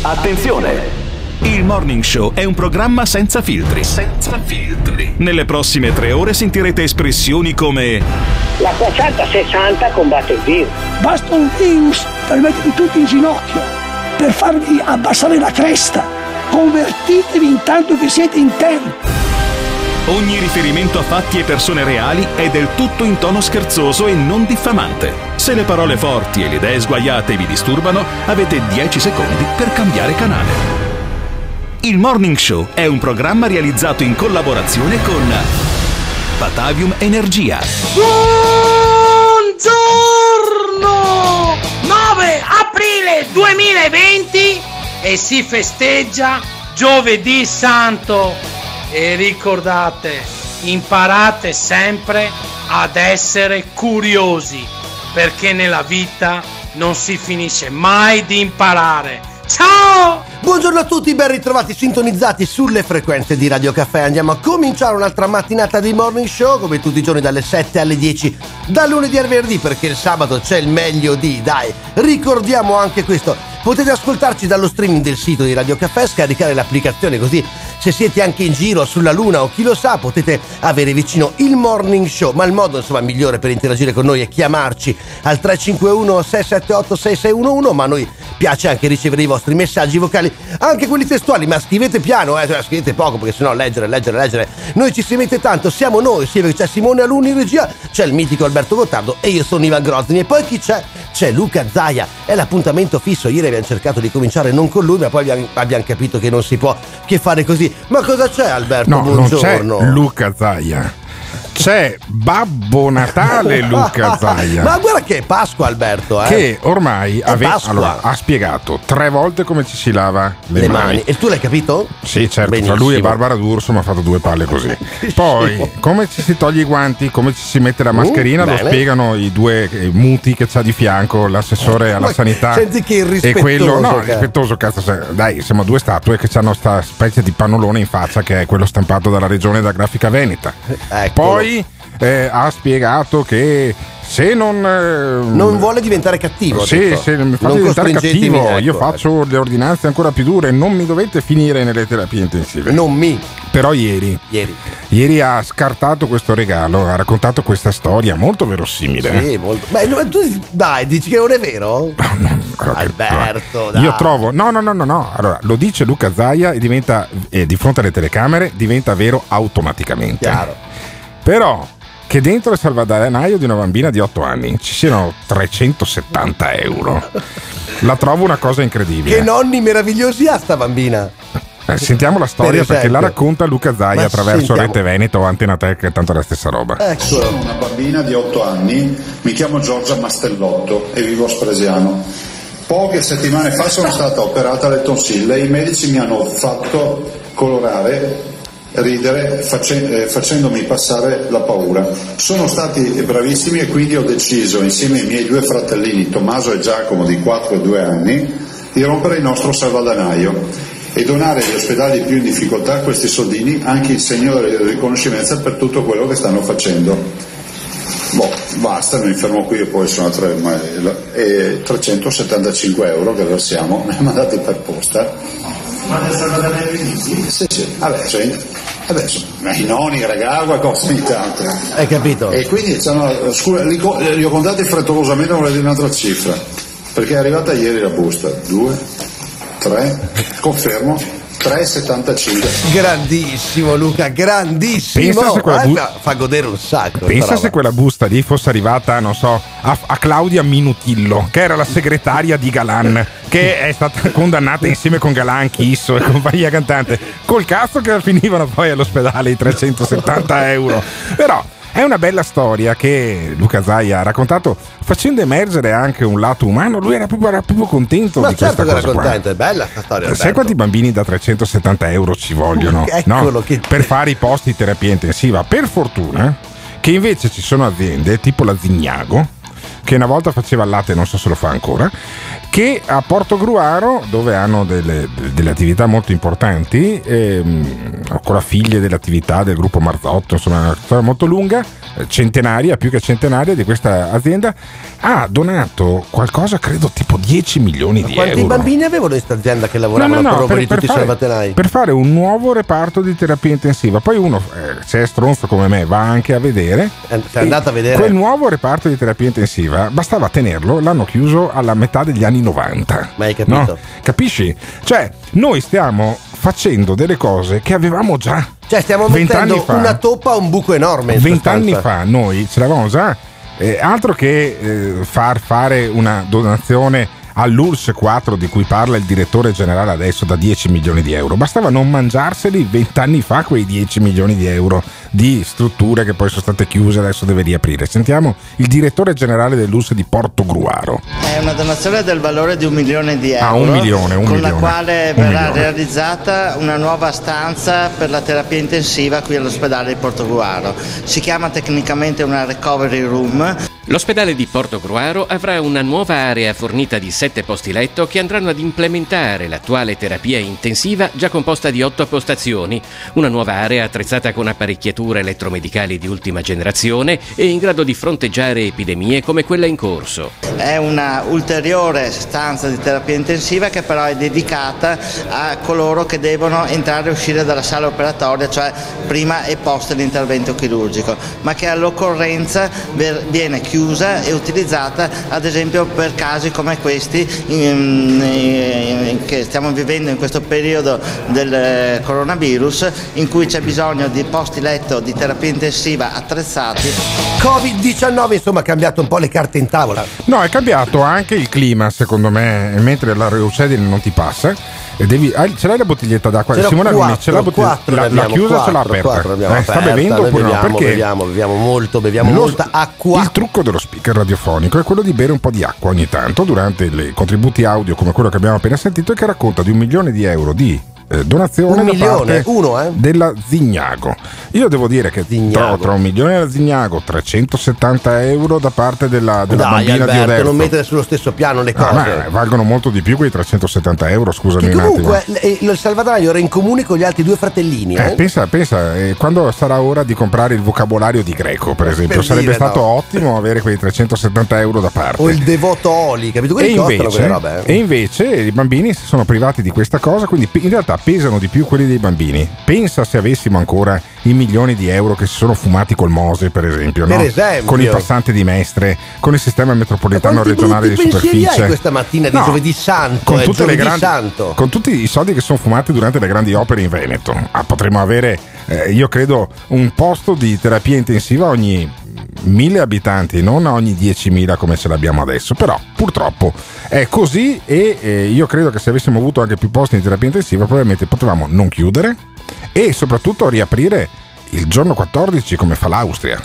Attenzione! Il Morning Show è un programma senza filtri. Senza filtri. Nelle prossime 3 ore sentirete espressioni come: la 460 combatte il virus. Basta un virus per mettervi tutti in ginocchio, per farvi abbassare la cresta. Convertitevi intanto che siete in tempo. Ogni riferimento a fatti e persone reali è del tutto in tono scherzoso e non diffamante. Se le parole forti e le idee sguaiate vi disturbano, avete 10 secondi per cambiare canale. Il Morning Show è un programma realizzato in collaborazione con Batavium Energia. Buongiorno! 9 aprile 2020 e si festeggia Giovedì Santo. E ricordate, imparate sempre ad essere curiosi, perché nella vita non si finisce mai di imparare. Ciao! Buongiorno a tutti, ben ritrovati sintonizzati sulle frequenze di Radio Caffè. Andiamo a cominciare un'altra mattinata di Morning Show, come tutti i giorni dalle 7 alle 10, da lunedì al venerdì, perché il sabato c'è il meglio di, dai, ricordiamo anche questo. Potete ascoltarci dallo streaming del sito di Radio Caffè, scaricare l'applicazione, così se siete anche in giro sulla luna o chi lo sa potete avere vicino il Morning Show. Ma il modo insomma migliore per interagire con noi è chiamarci al 351 678 6611, ma a noi piace anche ricevere i vostri messaggi vocali, anche quelli testuali, ma scrivete piano, scrivete poco, perché sennò leggere noi ci si mette tanto. Siamo noi, sì, perché c'è Simone Alunni in regia, c'è il mitico Alberto Gottardo e io sono Ivan Grozny. E poi chi c'è? C'è Luca Zaia, è l'appuntamento fisso. Ieri abbiamo cercato di cominciare non con lui, ma poi abbiamo capito che non si può che fare così. Ma cosa c'è, Alberto? No, buongiorno. Non c'è Luca Zaia, c'è Babbo Natale Luca Zaia. Ma guarda che è Pasqua, Alberto, che ormai ha spiegato 3 volte come ci si lava le mani. E tu l'hai capito? Sì, certo. Benissimo. Tra lui e Barbara D'Urso mi ha fatto 2 palle così. Poi come ci si toglie i guanti, come ci si mette la mascherina, lo spiegano i 2 muti che c'ha di fianco, l'assessore alla sanità. Senti che irrispettoso. E quello rispettoso, cazzo. Dai, siamo 2 statue che hanno sta specie di pannolone in faccia, che è quello stampato dalla regione da Grafica Veneta. Poi ha spiegato che se non vuole diventare cattivo, se mi fate diventare cattivo, ecco, io faccio le ordinanze ancora più dure, non mi dovete finire nelle terapie intensive. Però ieri ha scartato questo regalo, ha raccontato questa storia molto verosimile. Sì, molto. Beh, tu dai, dici che non è vero? No, Alberto, dai. Io trovo no. Allora, lo dice Luca Zaia e diventa di fronte alle telecamere diventa vero automaticamente. Chiaro. Però che dentro il salvadanaio di una bambina di 8 anni ci siano 370 euro, la trovo una cosa incredibile. Che nonni meravigliosi ha sta bambina. Sentiamo la storia, perché la racconta Luca Zaia attraverso Rete Veneto o Antena 3, che è tanto la stessa roba. Sono una bambina di 8 anni, mi chiamo Giorgia Mastellotto e vivo a Spresiano. Poche settimane fa sono stata operata alle tonsille e i medici mi hanno fatto colorare, ridere, facendomi passare la paura. Sono stati bravissimi e quindi ho deciso, insieme ai miei 2 fratellini Tommaso e Giacomo di 4 e 2 anni, di rompere il nostro salvadanaio e donare agli ospedali più in difficoltà questi soldini, anche in segno di riconoscenza per tutto quello che stanno facendo. Basta, mi fermo qui e poi sono 375 euro che versiamo, mi mandati per posta. Ma del salvadanaio inizi? Sì, adesso i nonni, i regali, qualcosa ogni tanto. Hai capito? E quindi li ho contati frettolosamente, non voglio dire un'altra cifra, perché è arrivata ieri la busta. 2, 3, confermo, 3,75. Grandissimo Luca, grandissimo. Fa godere un sacco. Pensa se quella busta lì fosse arrivata, non so, a Claudia Minutillo, che era la segretaria di Galan, che è stata condannata insieme con Galan, Chisso e compagnia cantante. Col cazzo che finivano poi all'ospedale i 370 euro. Però è una bella storia che Luca Zaia ha raccontato, facendo emergere anche un lato umano. Lui era proprio contento. Ma di certo questa che cosa era contento, qua. è bella questa storia. Sai quanti bambini da 370 euro ci vogliono per fare i posti di terapia intensiva? Per fortuna che invece ci sono aziende tipo la Zignago che una volta faceva il latte, non so se lo fa ancora, che a Portogruaro, dove hanno delle attività molto importanti, ancora figlie delle attività del gruppo Marzotto, insomma una storia molto lunga, centenaria, più che centenaria, di questa azienda, ha donato qualcosa, credo tipo 10 milioni di Quanti euro. bambini avevano in questa azienda che lavoravano per tutti i salvatenai? Per fare un nuovo reparto di terapia intensiva. Poi uno, se è stronzo come me, va anche a vedere. Sei andato a vedere? Quel nuovo reparto di terapia intensiva, bastava tenerlo, l'hanno chiuso alla metà degli anni 90. Ma hai capito? No? Capisci? Cioè, noi stiamo facendo delle cose che avevamo già. Cioè, stiamo mettendo una toppa a un buco enorme. 20 anni fa noi ce l'avevamo già. Altro che fare una donazione all'URSS 4 di cui parla il direttore generale adesso da 10 milioni di euro, bastava non mangiarseli 20 anni fa quei 10 milioni di euro di strutture che poi sono state chiuse, adesso deve riaprire. Sentiamo il direttore generale dell'URSS di Portogruaro. È una donazione del valore di 1 milione di euro, un milione, con la quale verrà realizzata una nuova stanza per la terapia intensiva qui all'ospedale di Portogruaro. Si chiama tecnicamente una recovery room. L'ospedale di Portogruaro avrà una nuova area fornita di 7 posti letto che andranno ad implementare l'attuale terapia intensiva già composta di 8 postazioni, una nuova area attrezzata con apparecchiature elettromedicali di ultima generazione e in grado di fronteggiare epidemie come quella in corso. È una ulteriore stanza di terapia intensiva che però è dedicata a coloro che devono entrare e uscire dalla sala operatoria, cioè prima e post l'intervento chirurgico, ma che all'occorrenza viene chiusa e utilizzata ad esempio per casi come questi che stiamo vivendo in questo periodo del coronavirus, in cui c'è bisogno di posti letto di terapia intensiva attrezzati. Covid-19 insomma ha cambiato un po' le carte in tavola. No, è cambiato anche il clima secondo me, mentre la reucedine non ti passa. Ce l'hai la bottiglietta d'acqua? Simona Luni, ce l'ha la chiusa, ce l'ha aperta. Sta bevendo oppure no? Perché beviamo molta acqua. Il trucco dello speaker radiofonico è quello di bere un po' di acqua ogni tanto durante i contributi audio come quello che abbiamo appena sentito, e che racconta di 1 milione di euro di donazione da parte della Zignago. Io devo dire che tra 1 milione della Zignago, 370 euro da parte della bambina Alberto, di Oderzo. Non mettere sullo stesso piano le cose. Ma valgono molto di più quei 370 euro, scusami che un attimo. Comunque il salvadanaio era in comune con gli altri 2 fratellini. Pensa, quando sarà ora di comprare il vocabolario di greco, per esempio, sarebbe stato ottimo avere quei 370 euro da parte. O il devoto Oli, capito? E invece i bambini si sono privati di questa cosa, quindi in realtà pesano di più quelli dei bambini. Pensa se avessimo ancora i milioni di euro che si sono fumati col Mose, per esempio, no? Con il passante di Mestre, con il sistema metropolitano regionale di superficie. Questa mattina di giovedì santo, con tutti i soldi che sono fumati durante le grandi opere in Veneto. Potremmo avere, io credo, un posto di terapia intensiva ogni 1.000 abitanti, non a ogni 10.000 come ce l'abbiamo adesso. Però purtroppo è così, e io credo che se avessimo avuto anche più posti di terapia intensiva probabilmente potevamo non chiudere e soprattutto riaprire il giorno 14 come fa l'Austria.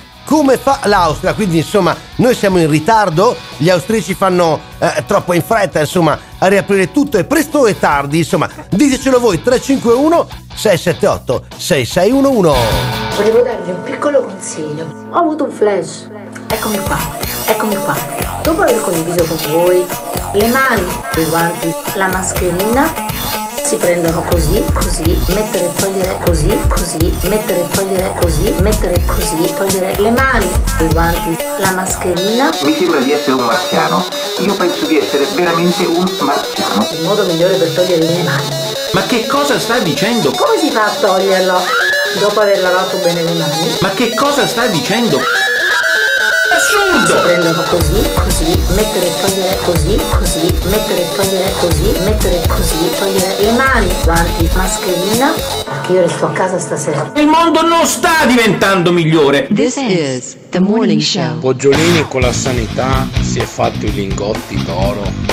Quindi insomma noi siamo in ritardo, gli austriaci fanno troppo in fretta insomma a riaprire tutto, e presto e tardi, insomma ditecelo voi. 351 678 6611. Volevo darvi un piccolo consiglio. Ho avuto un flash. Eccomi qua. Dopo aver condiviso con voi le mani, i guanti, la mascherina, si prendono così, mettere e togliere così, mettere e togliere così, mettere così, togliere le mani, i guanti, la mascherina. Mi sembra di essere un marziano. Io penso di essere veramente un marziano. Il modo migliore per togliere le mani. Ma che cosa sta dicendo? Come si fa a toglierlo? Dopo aver lavato bene le mani. Ma che cosa sta dicendo? Assurdo! Si prendono così, mettere e togliere così, mettere e togliere così, mettere così, togliere le mani, guanti, mascherina, perché io resto a casa stasera. Il mondo non sta diventando migliore. This is the morning show. Poggiolini con la sanità si è fatto i lingotti d'oro.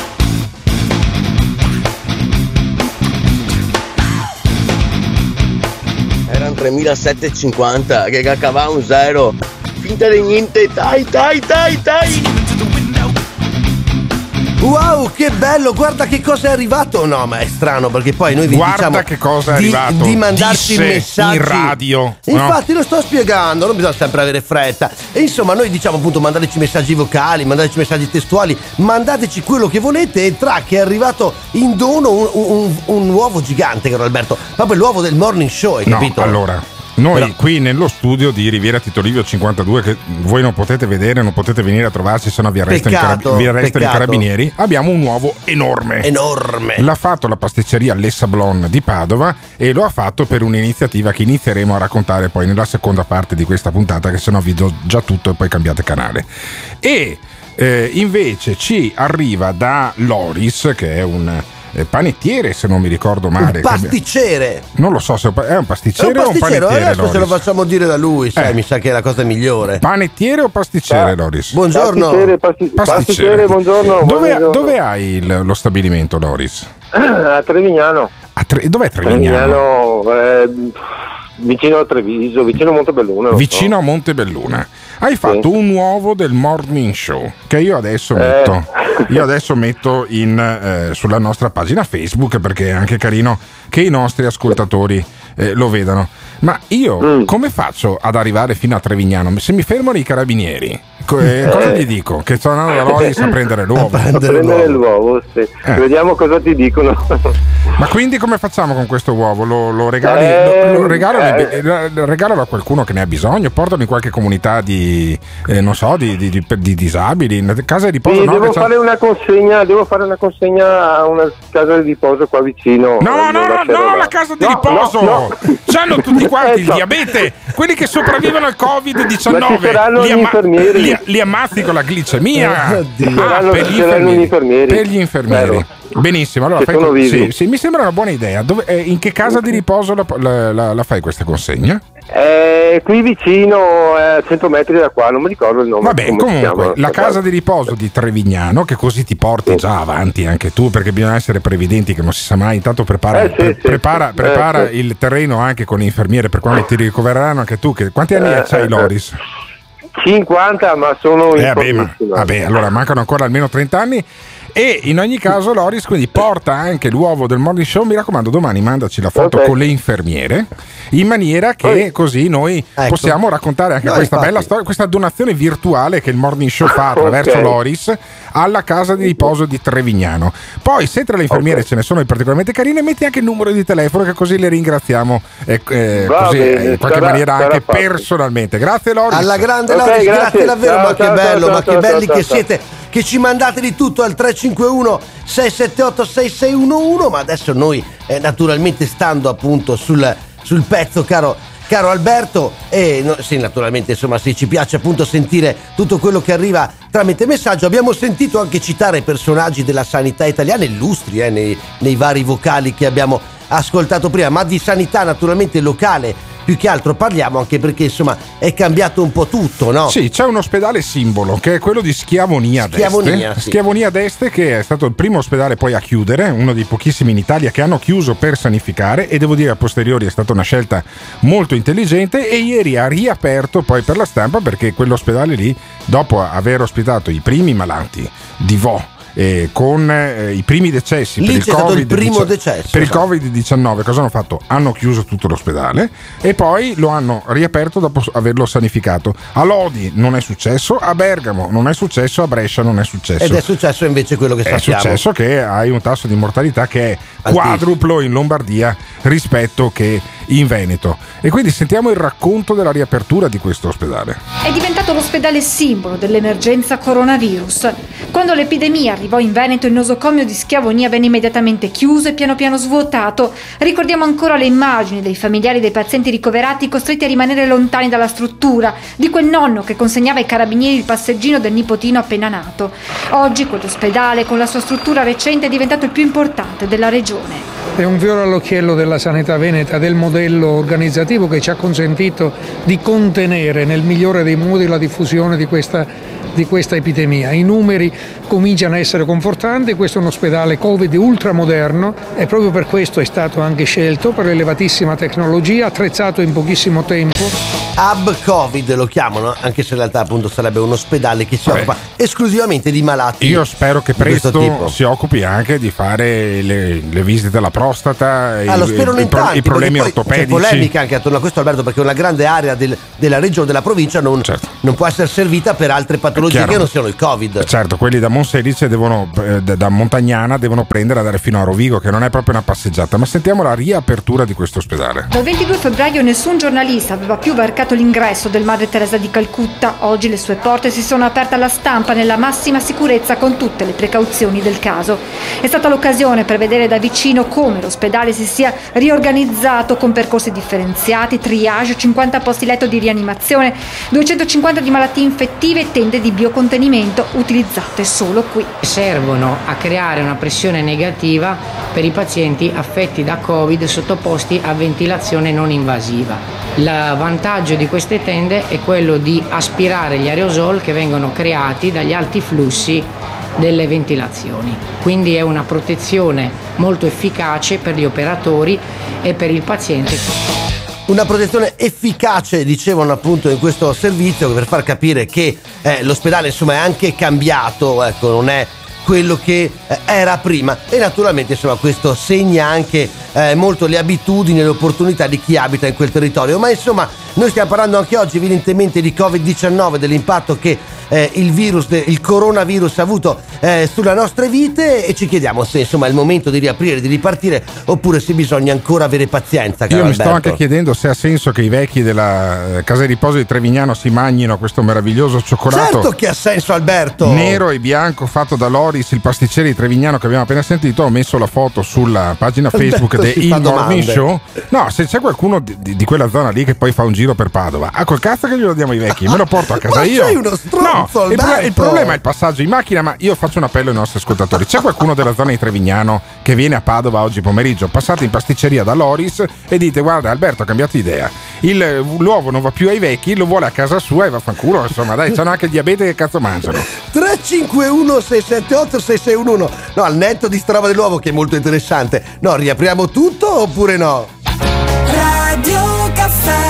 Erano 3.750 che caccava un zero. Finta di niente, dai. Wow, che bello, guarda che cosa è arrivato. No, ma è strano perché poi noi vi diciamo che cosa è arrivato di mandarci messaggi in radio. Infatti lo sto spiegando, non bisogna sempre avere fretta. E insomma noi diciamo appunto mandateci messaggi vocali, mandateci messaggi testuali, mandateci quello che volete. E tra che è arrivato in dono un uovo gigante, caro Alberto, proprio l'uovo del morning show, hai capito? Allora noi qui nello studio di Riviera Tito Livio 52, che voi non potete vedere, non potete venire a trovarci, se no vi arrestano i carabinieri, abbiamo un uovo enorme. L'ha fatto la pasticceria Le Sablon di Padova e lo ha fatto per un'iniziativa che inizieremo a raccontare poi nella seconda parte di questa puntata, che se no vi do già tutto e poi cambiate canale. E invece ci arriva da Loris, che è un panettiere, se non mi ricordo male. Un pasticcere. Non lo so se è un pasticcere o un panettiere. Adesso Loris, se lo facciamo dire da lui, sai, mi sa che è la cosa migliore. Panettiere o pasticcere, Loris? Buongiorno. Pasticcere, buongiorno. Dove hai lo stabilimento, Loris? A Trevignano. Dov'è Trevignano? Vicino a Treviso, vicino a Montebelluna. Vicino a Montebelluna. Hai fatto un uovo del morning show che io adesso metto. Io adesso metto sulla nostra pagina Facebook, perché è anche carino che i nostri ascoltatori lo vedano. Ma io come faccio ad arrivare fino a Trevignano? Se mi fermano i carabinieri, cosa gli dico? Che sono andato da Loris a prendere l'uovo. A prendere l'uovo, sì. Vediamo cosa ti dicono. Ma quindi come facciamo con questo uovo? Lo regali? Regalalo a qualcuno che ne ha bisogno? Portalo in qualche comunità di non so, di disabili, in casa di riposo? Sì, devo fare una consegna a una casa di riposo qua vicino. No, la casa di riposo! C'hanno tutti quanti il diabete, quelli che sopravvivono al Covid-19 li ammazzi con la glicemia. Per gli infermieri. Benissimo, allora sì, mi sembra una buona idea. In che casa di riposo la fai questa consegna? Qui vicino, a 100 metri da qua, non mi ricordo il nome. Vabbè, comunque la casa di riposo di Trevignano, che così ti porti già avanti anche tu, perché bisogna essere previdenti, che non si sa mai. Intanto prepara il terreno anche con le infermiere per quando ti ricovereranno anche tu. Quanti anni c'hai, Loris? 50, ma sono vabbè, allora mancano ancora almeno 30 anni. E in ogni caso Loris quindi porta anche l'uovo del morning show. Mi raccomando, domani mandaci la foto con le infermiere, in maniera che così noi possiamo raccontare anche questa bella storia, questa donazione virtuale che il morning show fa attraverso Loris alla casa di riposo di Trevignano. Poi se tra le infermiere ce ne sono particolarmente carine, metti anche il numero di telefono, che così le ringraziamo in qualche maniera anche personalmente. Grazie Loris. Alla grande Loris, grazie davvero. Ma che bello, ma che belli che siete, che ci mandate di tutto al 351 678 6611. Ma adesso noi naturalmente, stando appunto sul pezzo, caro Alberto, sì, naturalmente, insomma, se ci piace appunto sentire tutto quello che arriva tramite messaggio. Abbiamo sentito anche citare personaggi della sanità italiana illustri nei vari vocali che abbiamo ascoltato prima, ma di sanità naturalmente locale più che altro parliamo, anche perché insomma è cambiato un po' tutto, no? Sì, c'è un ospedale simbolo che è quello di Schiavonia d'Este, che è stato il primo ospedale poi a chiudere, uno dei pochissimi in Italia che hanno chiuso per sanificare, e devo dire a posteriori è stata una scelta molto intelligente, e ieri ha riaperto poi per la stampa, perché quell'ospedale lì, dopo aver ospitato i primi malati di Vo con i primi decessi lì per il Covid-19, cosa hanno fatto? Hanno chiuso tutto l'ospedale e poi lo hanno riaperto dopo averlo sanificato. A Lodi non è successo, a Bergamo non è successo, a Brescia non è successo, ed è successo invece quello che sappiamo. È successo che hai un tasso di mortalità che è quadruplo in Lombardia rispetto che in Veneto, e quindi sentiamo il racconto della riapertura di questo ospedale. È diventato l'ospedale simbolo dell'emergenza coronavirus. Quando l'epidemia arrivò in Veneto, il nosocomio di Schiavonia venne immediatamente chiuso e piano piano svuotato. Ricordiamo ancora le immagini dei familiari dei pazienti ricoverati costretti a rimanere lontani dalla struttura, di quel nonno che consegnava ai carabinieri il passeggino del nipotino appena nato. Oggi quell'ospedale, con la sua struttura recente, è diventato il più importante della regione. È un fiore all'occhiello della sanità veneta, del modello organizzativo che ci ha consentito di contenere nel migliore dei modi la diffusione di questa di questa epidemia. I numeri cominciano a essere confortanti, questo è un ospedale Covid ultramoderno e proprio per questo è stato anche scelto, per l'elevatissima tecnologia, attrezzato in pochissimo tempo. Hub Covid lo chiamano, anche se in realtà appunto sarebbe un ospedale che si occupa esclusivamente di malati. Io spero che presto si occupi anche di fare le visite alla prostata, i problemi ortopedici. C'è polemica anche attorno a questo, Alberto, perché una grande area della regione, della provincia non può essere servita per altre patologie che non siano il Covid. Certo, quelli da Monselice da Montagnana devono prendere ad andare fino a Rovigo, che non è proprio una passeggiata. Ma sentiamo la riapertura di questo ospedale. Dal 22 febbraio nessun giornalista aveva più varcato l'ingresso del Madre Teresa di Calcutta. Oggi le sue porte si sono aperte alla stampa nella massima sicurezza, con tutte le precauzioni del caso. È stata l'occasione per vedere da vicino come l'ospedale si sia riorganizzato con percorsi differenziati, triage, 50 posti letto di rianimazione, 250 di malattie infettive e tende di biocontenimento utilizzate solo qui. Servono a creare una pressione negativa per i pazienti affetti da Covid sottoposti a ventilazione non invasiva. Il vantaggio di queste tende è quello di aspirare gli aerosol che vengono creati dagli alti flussi delle ventilazioni. Quindi è una protezione molto efficace per gli operatori e per il paziente. Una protezione efficace, dicevano appunto in questo servizio, per far capire che l'ospedale insomma è anche cambiato, ecco, non è quello che era prima, e naturalmente insomma questo segna anche molto le abitudini e le opportunità di chi abita in quel territorio. Ma insomma noi stiamo parlando anche oggi evidentemente di Covid-19, dell'impatto che il coronavirus ha avuto sulle nostre vite, e ci chiediamo se insomma è il momento di riaprire, di ripartire, oppure se bisogna ancora avere pazienza. Io mi Alberto. sto anche chiedendo se ha senso che i vecchi della casa di riposo di Trevignano si mangino questo meraviglioso cioccolato. Certo che ha senso, Alberto. Nero e bianco fatto da Loris, il pasticcere di Trevignano che abbiamo appena sentito. Ho messo la foto sulla pagina Facebook di Il Morning Show. No, se c'è qualcuno di quella zona lì che poi fa un giro per Padova, col cazzo che glielo diamo ai vecchi, me lo porto a casa ma io. Sei uno stronzo, no, il problema è il passaggio in macchina. Ma io faccio un appello ai nostri ascoltatori: c'è qualcuno della zona di Trevignano che viene a Padova oggi pomeriggio? Passate in pasticceria da Loris e dite: guarda, Alberto ha cambiato idea, l'uovo non va più ai vecchi, lo vuole a casa sua, e vaffanculo, insomma, dai, c'hanno anche il diabete, che cazzo mangiano? 351 678 6611. No, al netto di sta roba dell'uovo, che è molto interessante. No, riapriamo tutto oppure no? Radio Caffè.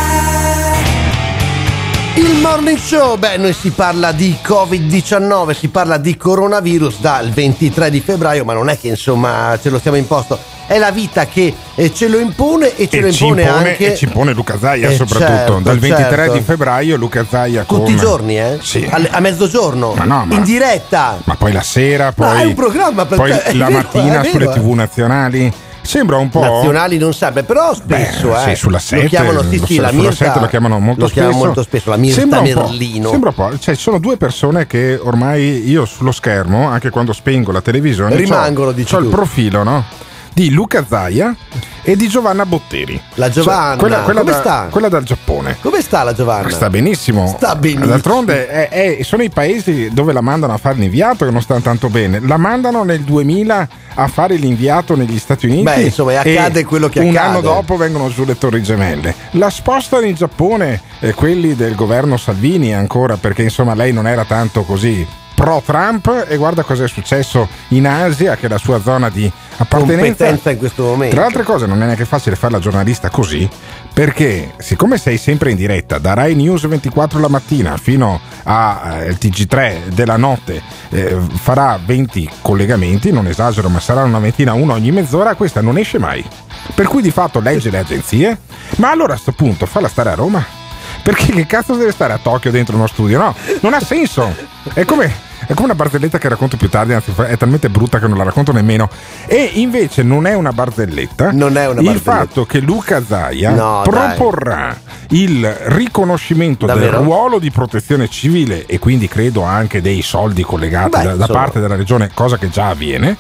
Il Morning Show, noi si parla di Covid-19, si parla di coronavirus dal 23 di febbraio, ma non è che insomma ce lo siamo imposto, è la vita che ce lo impone, e ce lo impone anche. E ci impone Luca Zaia soprattutto, dal 23 di febbraio Luca Zaia tutti i giorni, Sì. A mezzogiorno, in diretta. Ma poi la sera, poi, è un programma poi la mattina sulle TV nazionali. Sembra un po'. Nazionali non sempre, però spesso sì, sulla 7 lo chiamano, la Mirta, lo chiamano molto spesso, la Mirta Merlino. Sembra un po', cioè sono due persone che ormai io sullo schermo, anche quando spengo la televisione, rimangono, c'ho il profilo, no? Di Luca Zaia e di Giovanna Botteri. La Giovanna, come sta? Quella dal Giappone. Come sta la Giovanna? Sta benissimo. D'altronde sono i paesi dove la mandano a fare l'inviato che non stanno tanto bene. La mandano nel 2000 a fare l'inviato negli Stati Uniti. Insomma, accade quello che accade. Un anno dopo vengono giù le Torri Gemelle. La spostano in Giappone, quelli del governo Salvini ancora, perché insomma lei non era tanto così pro Trump, e guarda cosa è successo in Asia, che è la sua zona di appartenenza in questo momento. Tra altre cose non è neanche facile fare la giornalista così, perché siccome sei sempre in diretta da Rai News 24 la mattina fino al TG3 della notte, farà 20 collegamenti, non esagero, ma saranno una ventina, uno ogni mezz'ora, questa non esce mai, per cui di fatto legge le agenzie. Ma allora a sto punto falla stare a Roma, perché che cazzo deve stare a Tokyo dentro uno studio? No, non ha senso. È come una barzelletta che racconto più tardi, anzi è talmente brutta che non la racconto nemmeno. E invece non è una barzelletta. Il fatto che Luca Zaia proporrà il riconoscimento del ruolo di protezione civile, e quindi credo anche dei soldi collegati da parte della regione, cosa che già avviene,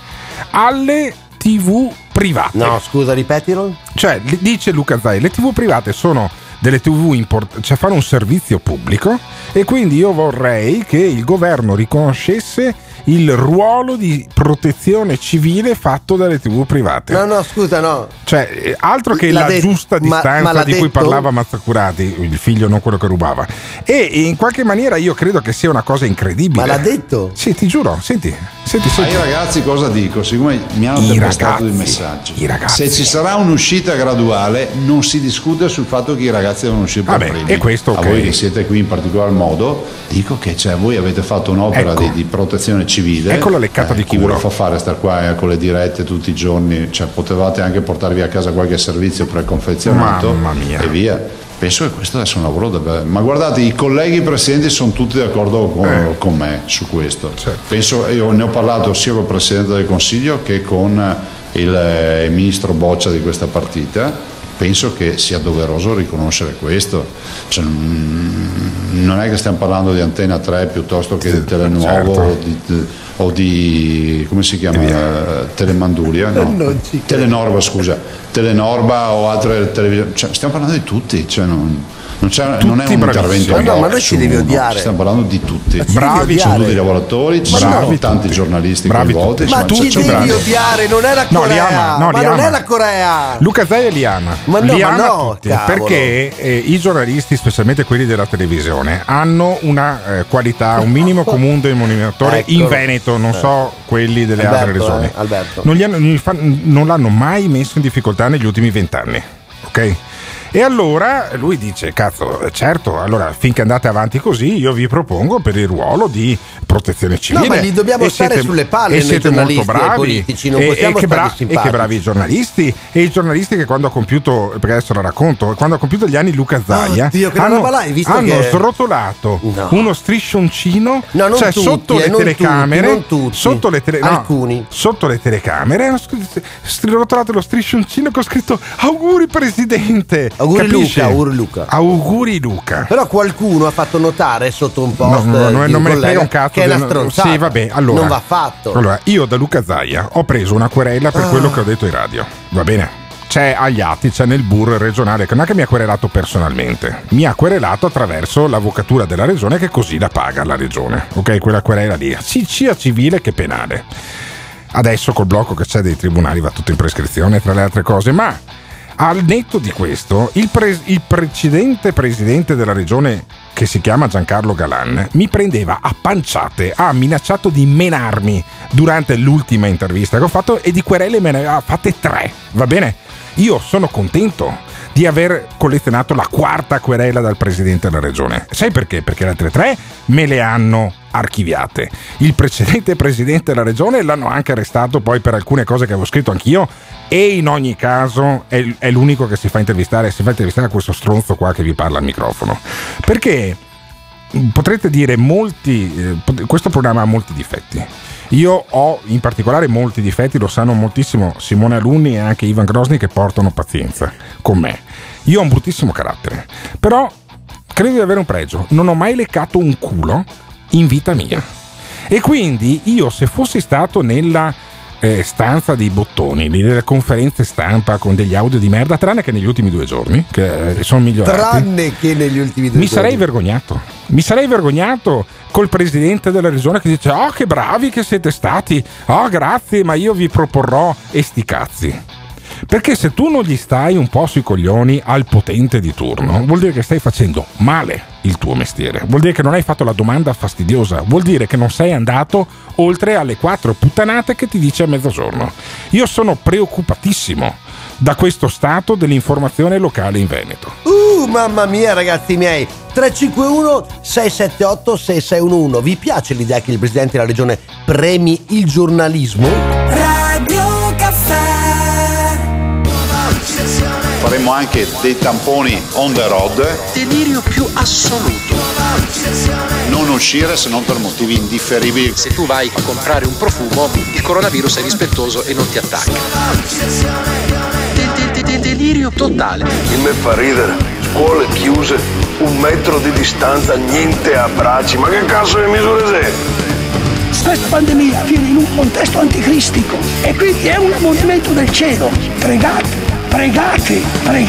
alle TV private. No, scusa, ripetilo. Cioè, dice Luca Zaia, le TV private sono delle TV cioè fanno un servizio pubblico, e quindi io vorrei che il governo riconoscesse il ruolo di protezione civile fatto dalle TV private. No, scusa, no. Cioè, altro che la giusta distanza di cui parlava Mazzacurati, il figlio, non quello che rubava. E in qualche maniera io credo che sia una cosa incredibile. Ma l'ha detto? Sì, ti giuro, senti. Ai ragazzi cosa dico? Siccome mi hanno tempestato dei messaggi, se ci sarà un'uscita graduale non si discute sul fatto che i ragazzi devono uscire per primi. E questo, a voi che siete qui in particolar modo dico che voi avete fatto un'opera di protezione civile. Ecco la leccata di chi culo. ve lo fa fare star qua con le dirette tutti i giorni, potevate anche portarvi a casa qualche servizio preconfezionato. Mamma mia. E via. Penso che questo sia un lavoro ma guardate, i colleghi presenti sono tutti d'accordo con me su questo. Penso, io ne ho parlato sia con il Presidente del Consiglio che con il Ministro Boccia di questa partita. Penso che sia doveroso riconoscere questo. Non è che stiamo parlando di Antena 3 piuttosto che di Telenuovo o di come si chiama? Telemanduria? No. Telenorba, scusa. Telenorba o altre televisioni. Stiamo parlando di tutti, non è un intervento ma noi ci devi odiare. Stiamo parlando di tutti. Bravi, ci sono tutti i lavoratori, ci sono tanti giornalisti coinvolti. Ma tu ci devi odiare, non è la Corea. Non è la Corea. Luca Zaia li ama. Li ama tutti, perché i giornalisti, specialmente quelli della televisione, hanno una qualità, un minimo comune denominatore in Veneto, non so quelli delle altre regioni. Non l'hanno mai messo in difficoltà negli ultimi 20 anni, ok? E allora lui dice, cazzo, certo, allora finché andate avanti così io vi propongo per il ruolo di protezione civile. No, ma gli dobbiamo stare sulle palle, e siete molto bravi, politici, non possiamo stare simpatici. E che bravi giornalisti, e i giornalisti che quando ha compiuto, perché adesso la racconto, quando ha compiuto gli anni Luca Zaia, hanno srotolato uno striscioncino, sotto le telecamere, sotto le telecamere hanno rotolato lo striscioncino che ho scritto auguri Presidente. Auguri Luca. Però qualcuno ha fatto notare sotto un post non me ne frega un cazzo che è una stronzata. Sì, vabbè, allora non va fatto. Allora, io da Luca Zaia ho preso una querela per quello che ho detto in radio. Va bene? C'è agli atti, c'è nel BUR regionale, che non è che mi ha querelato personalmente, mi ha querelato attraverso l'avvocatura della regione, che così la paga la regione. Ok, quella querela lì, sia civile che penale. Adesso col blocco che c'è dei tribunali va tutto in prescrizione, tra le altre cose, ma al netto di questo, il precedente presidente della regione, che si chiama Giancarlo Galan, mi prendeva a panciate, ha minacciato di menarmi durante l'ultima intervista che ho fatto, e di querele me ne ha fatte 3, va bene? Io sono contento di aver collezionato la 4ª querela dal presidente della regione. Sai perché? Perché le altre 3 me le hanno archiviate. Il precedente presidente della regione l'hanno anche arrestato poi per alcune cose che avevo scritto anch'io, e in ogni caso è l'unico che si fa intervistare a questo stronzo qua che vi parla al microfono. Perché potrete dire questo programma ha molti difetti. Io ho in particolare molti difetti, lo sanno moltissimo Simone Alunni e anche Ivan Grosny, che portano pazienza con me. Io ho un bruttissimo carattere, però credo di avere un pregio: non ho mai leccato un culo in vita mia. E quindi io, se fossi stato nella stanza dei bottoni, nelle conferenze stampa con degli audio di merda, tranne che negli ultimi 2 giorni, che sono migliorati, mi sarei vergognato. Mi sarei vergognato col presidente della regione che dice: oh, che bravi che siete stati, oh grazie, ma io vi proporrò, e sti cazzi. Perché se tu non gli stai un po' sui coglioni al potente di turno, vuol dire che stai facendo male il tuo mestiere, vuol dire che non hai fatto la domanda fastidiosa, vuol dire che non sei andato oltre alle 4 puttanate che ti dice a mezzogiorno. Io sono preoccupatissimo da questo stato dell'informazione locale in Veneto. Mamma mia, ragazzi miei. 351 678 6611. Vi piace l'idea che il presidente della regione premi il giornalismo? Radio Caffè. Faremo anche dei tamponi on the road. Delirio più assoluto. Non uscire se non per motivi indifferibili. Se tu vai a comprare un profumo, il coronavirus è rispettoso e non ti attacca. Delirio totale. Il me fa ridere. Scuole chiuse, 1 metro di distanza, niente abbracci. Ma che cazzo di misure sei? Questa pandemia viene in un contesto anticristico e quindi è un ammonimento del cielo. Pregate Pregate.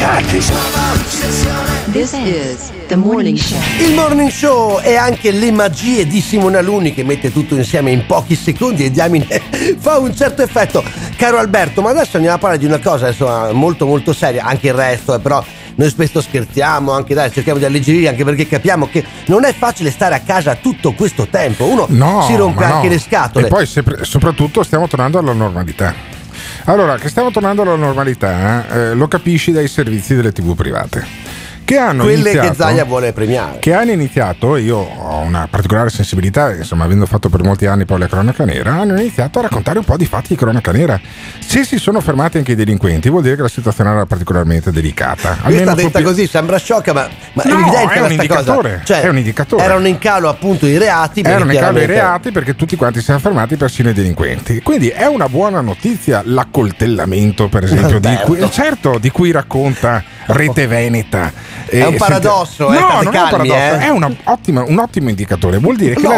This is the morning show. Il morning show è anche le magie di Simone Alunni, che mette tutto insieme in pochi secondi e diamine fa un certo effetto. Caro Alberto, ma adesso andiamo a parlare di una cosa insomma, molto molto seria, anche il resto, però noi spesso scherziamo, anche dai, cerchiamo di alleggerire, anche perché capiamo che non è facile stare a casa tutto questo tempo, uno si rompe anche le scatole. E poi soprattutto stiamo tornando alla normalità. Allora, che stiamo tornando alla normalità, lo capisci dai servizi delle TV private. Che hanno quelle iniziato, che Zaia vuole premiare. Che hanno iniziato, io ho una particolare sensibilità, insomma, avendo fatto per molti anni poi la cronaca nera, hanno iniziato a raccontare un po' di fatti di cronaca nera. Se si sono fermati anche i delinquenti, vuol dire che la situazione era particolarmente delicata. Questa detta così sembra sciocca, ma no, è evidente è un indicatore. Cioè, è un indicatore. Erano in calo appunto i reati. Erano in calo i reati perché tutti quanti si sono fermati, persino i delinquenti. Quindi è una buona notizia l'accoltellamento, per esempio, di cui racconta Rete Veneta. È un paradosso, no, non è un paradosso, è un ottimo indicatore. Vuol dire che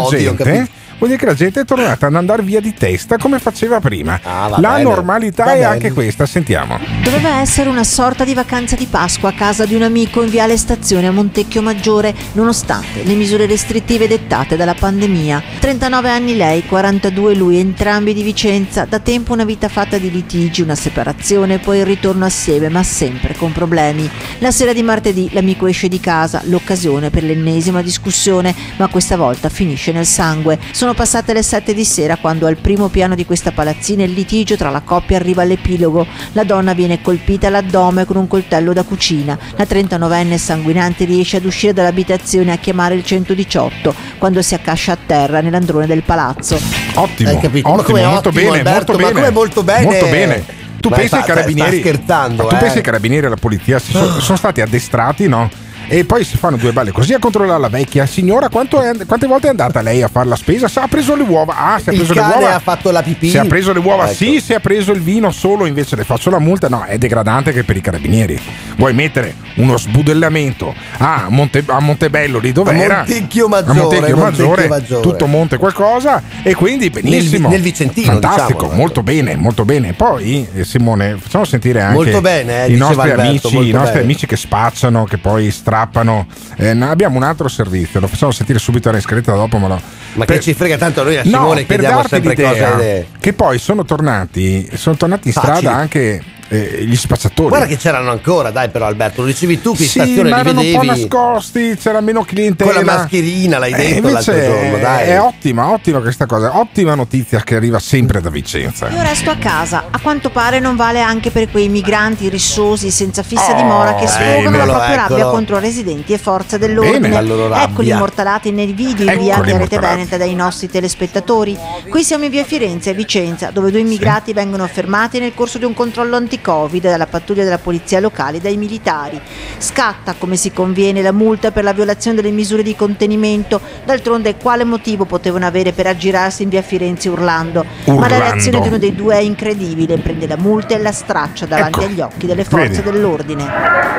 la gente è tornata ad andare via di testa come faceva prima. La normalità è anche questa, sentiamo. Doveva essere una sorta di vacanza di Pasqua a casa di un amico in Viale Stazione a Montecchio Maggiore, nonostante le misure restrittive dettate dalla pandemia. 39 anni lei, 42 lui, entrambi di Vicenza, da tempo una vita fatta di litigi, una separazione, poi il ritorno assieme, ma sempre con problemi. La sera di martedì l'amico esce di casa, l'occasione per l'ennesima discussione, ma questa volta finisce nel sangue. Sono passate le 7 di sera quando al primo piano di questa palazzina il litigio tra la coppia arriva all'epilogo. La donna viene colpita all'addome con un coltello da cucina. La 39enne sanguinante riesce ad uscire dall'abitazione e a chiamare il 118 quando si accascia a terra nell'androne del palazzo. Ottimo, hai capito? ottimo, molto bene, Alberto, molto bene. Ma come molto bene? Molto bene. Tu pensi ai carabinieri? Sta scherzando, tu pensi ai carabinieri e alla polizia sono stati addestrati, no? E poi si fanno due balle così a controllare la vecchia signora. Quante volte è andata lei a fare la spesa? Ha preso le uova. Si è preso il cane le uova. Ha fatto la pipì. Si è preso le uova, ecco. Sì, si è preso il vino solo, invece le faccio la multa. No, è degradante che per i carabinieri. Vuoi mettere uno sbudellamento a Montebello, lì dove era? Montecchio Maggiore, tutto Monte qualcosa. E quindi benissimo. Nel Vicentino, fantastico, diciamo, molto bene, molto bene. Poi Simone, facciamo sentire anche molto bene, i nostri amici che spacciano, che poi strappano. Abbiamo un altro servizio, lo facciamo sentire subito alla scaletta dopo, ma che ci frega tanto a noi a Simone, che diamo sempre cose che poi sono tornati in strada anche gli spacciatori. Guarda che c'erano ancora, dai, però Alberto, lo dicevi tu che in stazione ma li erano vedevi un po' nascosti, c'era meno clientela. Con la mascherina l'hai detto l'altro giorno, dai. È ottima questa cosa, ottima notizia che arriva sempre da Vicenza. Io resto a casa, a quanto pare non vale anche per quei migranti rissosi senza fissa dimora che sfogano la propria rabbia contro residenti e forze dell'ordine. Eccoli immortalati nei video inviati a Rete Veneta dai nostri telespettatori. Qui siamo in via Firenze a Vicenza, dove 2 immigrati vengono fermati nel corso di un controllo anti-Covid dalla pattuglia della polizia locale e dai militari. Scatta, come si conviene, la multa per la violazione delle misure di contenimento. D'altronde quale motivo potevano avere per aggirarsi in via Firenze urlando? Ma la reazione di uno dei due è incredibile, prende la multa e la straccia davanti agli occhi delle forze dell'ordine.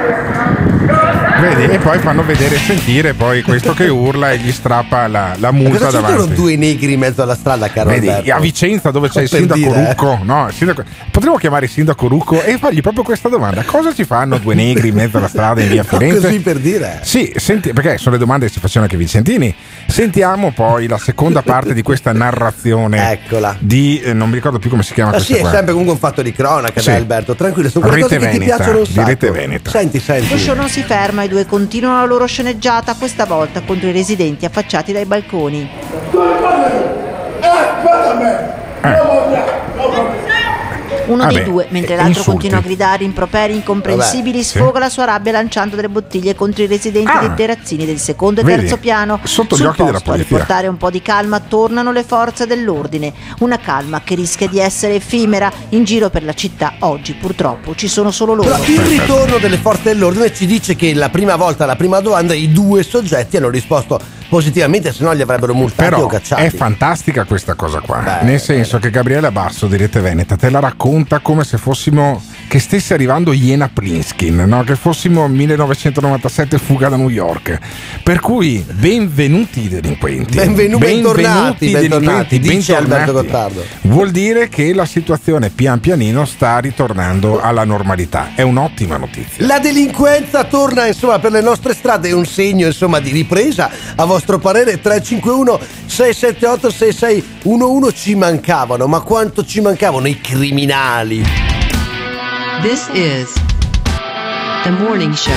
Vedi, e poi fanno vedere e sentire poi questo che urla e gli strappa la multa davanti. C'erano 2 negri in mezzo alla strada, caro Vedi, Alberto. a Vicenza dove c'è il sindaco Rucco, no, potremmo chiamare il sindaco Rucco e fargli proprio questa domanda: cosa ci fanno 2 negri in mezzo alla strada in via Firenze? Così per dire. Sì, perché sono le domande che si facevano anche i vicentini. Sentiamo poi la seconda parte di questa narrazione. Eccola. Di non mi ricordo più come si chiama questa sì, qua. è sempre comunque un fatto di cronaca, sì. Dai Alberto, tranquillo, sono quelle cose che ti piacciono un sacco. Di Rete Veneta. Senti. Lo show non si ferma, i due continuano la loro sceneggiata, questa volta contro i residenti affacciati dai balconi. Uno dei due, mentre l'altro continua a gridare improperi incomprensibili, sfoga la sua rabbia lanciando delle bottiglie contro i residenti dei terrazzini del secondo e terzo piano. Sotto gli Sul occhi della posto, a polizia. riportare un po' di calma, tornano le forze dell'ordine. Una calma che rischia di essere effimera. In giro per la città oggi purtroppo ci sono solo loro. Però il ritorno delle forze dell'ordine ci dice che la prima volta, la prima domanda, i 2 soggetti hanno risposto positivamente, se no li avrebbero multati o cacciati. È fantastica questa cosa qua, nel senso che Gabriele Basso di Rete Veneta te la racconta come se fossimo che stesse arrivando Jena Plinskin, no? Che fossimo 1997 fuga da New York. Per cui benvenuti i delinquenti. Bentornati, dice Alberto Gottardo. Vuol dire che la situazione pian pianino sta ritornando alla normalità. È un'ottima notizia. La delinquenza torna, insomma, per le nostre strade, è un segno, insomma, di ripresa. A vostro parere? 351 678 6611. Ci mancavano, ma quanto ci mancavano i criminali? This is The Morning Show.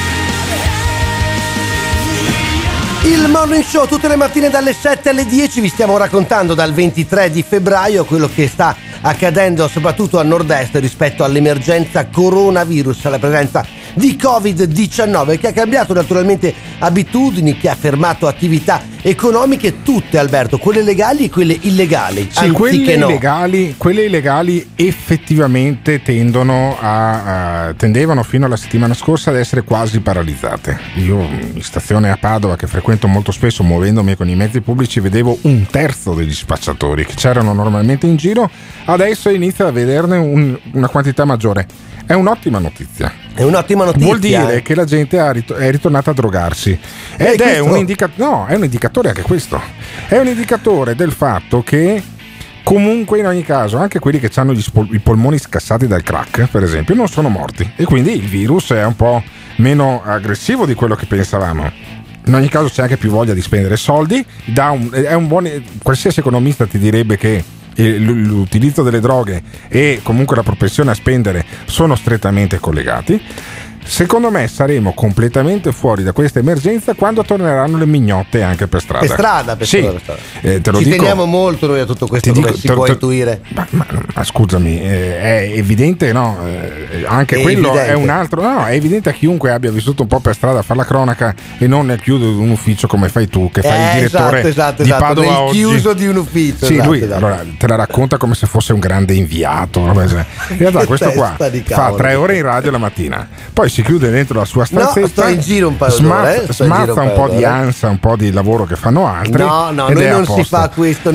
Il Morning Show tutte le mattine dalle 7 alle 10 vi stiamo raccontando dal 23 di febbraio quello che sta accadendo soprattutto a nord-est rispetto all'emergenza coronavirus, alla presenza di Covid-19 che ha cambiato naturalmente abitudini, che ha fermato attività economiche tutte, Alberto, quelle legali e quelle illegali. Sì, quelle illegali effettivamente tendevano fino alla settimana scorsa ad essere quasi paralizzate. Io in stazione a Padova, che frequento molto spesso muovendomi con i mezzi pubblici, vedevo un terzo degli spacciatori che c'erano normalmente in giro, adesso inizia a vederne una quantità maggiore. È un'ottima notizia. Vuol dire che la gente è ritornata a drogarsi. Ed è un indicatore anche questo. È un indicatore del fatto che comunque in ogni caso anche quelli che hanno i polmoni scassati dal crack, per esempio, non sono morti. E quindi il virus è un po' meno aggressivo di quello che pensavamo. In ogni caso c'è anche più voglia di spendere soldi. Qualsiasi economista ti direbbe che l'utilizzo delle droghe e comunque la propensione a spendere sono strettamente collegati. Secondo me saremo completamente fuori da questa emergenza quando torneranno le mignotte anche per strada. Te lo dico, teniamo molto noi a tutto questo, si può intuire. Ma scusami, è evidente, no? Anche quello evidente. È un altro. No, è evidente a chiunque abbia vissuto un po' per strada a fare la cronaca e non nel chiuso di un ufficio come fai tu, che fai il direttore di Padova nel oggi. Chiuso di un ufficio. Sì, lui allora te la racconta come se fosse un grande inviato. In realtà questo qua fa 3 ore in radio la mattina, poi si chiude dentro la sua stanzetta, sto in giro un paio smazza un po' di ansia, un po' di lavoro che fanno altri. No, noi non si fa questo,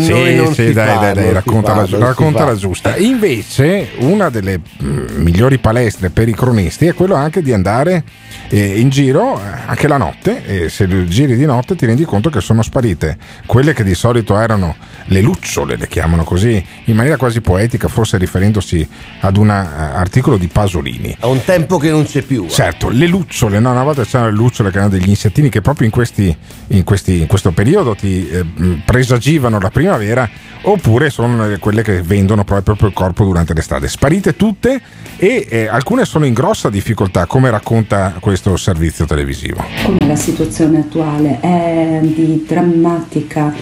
racconta la giusta. Invece una delle migliori palestre per i cronisti è quello anche di andare in giro anche la notte, e se giri di notte ti rendi conto che sono sparite quelle che di solito erano le lucciole, le chiamano così in maniera quasi poetica, forse riferendosi ad un articolo di Pasolini. A un tempo che non c'è più. Certo, le lucciole, una volta c'erano le lucciole che erano degli insettini che proprio in questo periodo ti presagivano la primavera, oppure sono quelle che vendono proprio il corpo durante l'estate. Sparite tutte e alcune sono in grossa difficoltà, come racconta questo servizio televisivo. Come la situazione attuale è di drammatica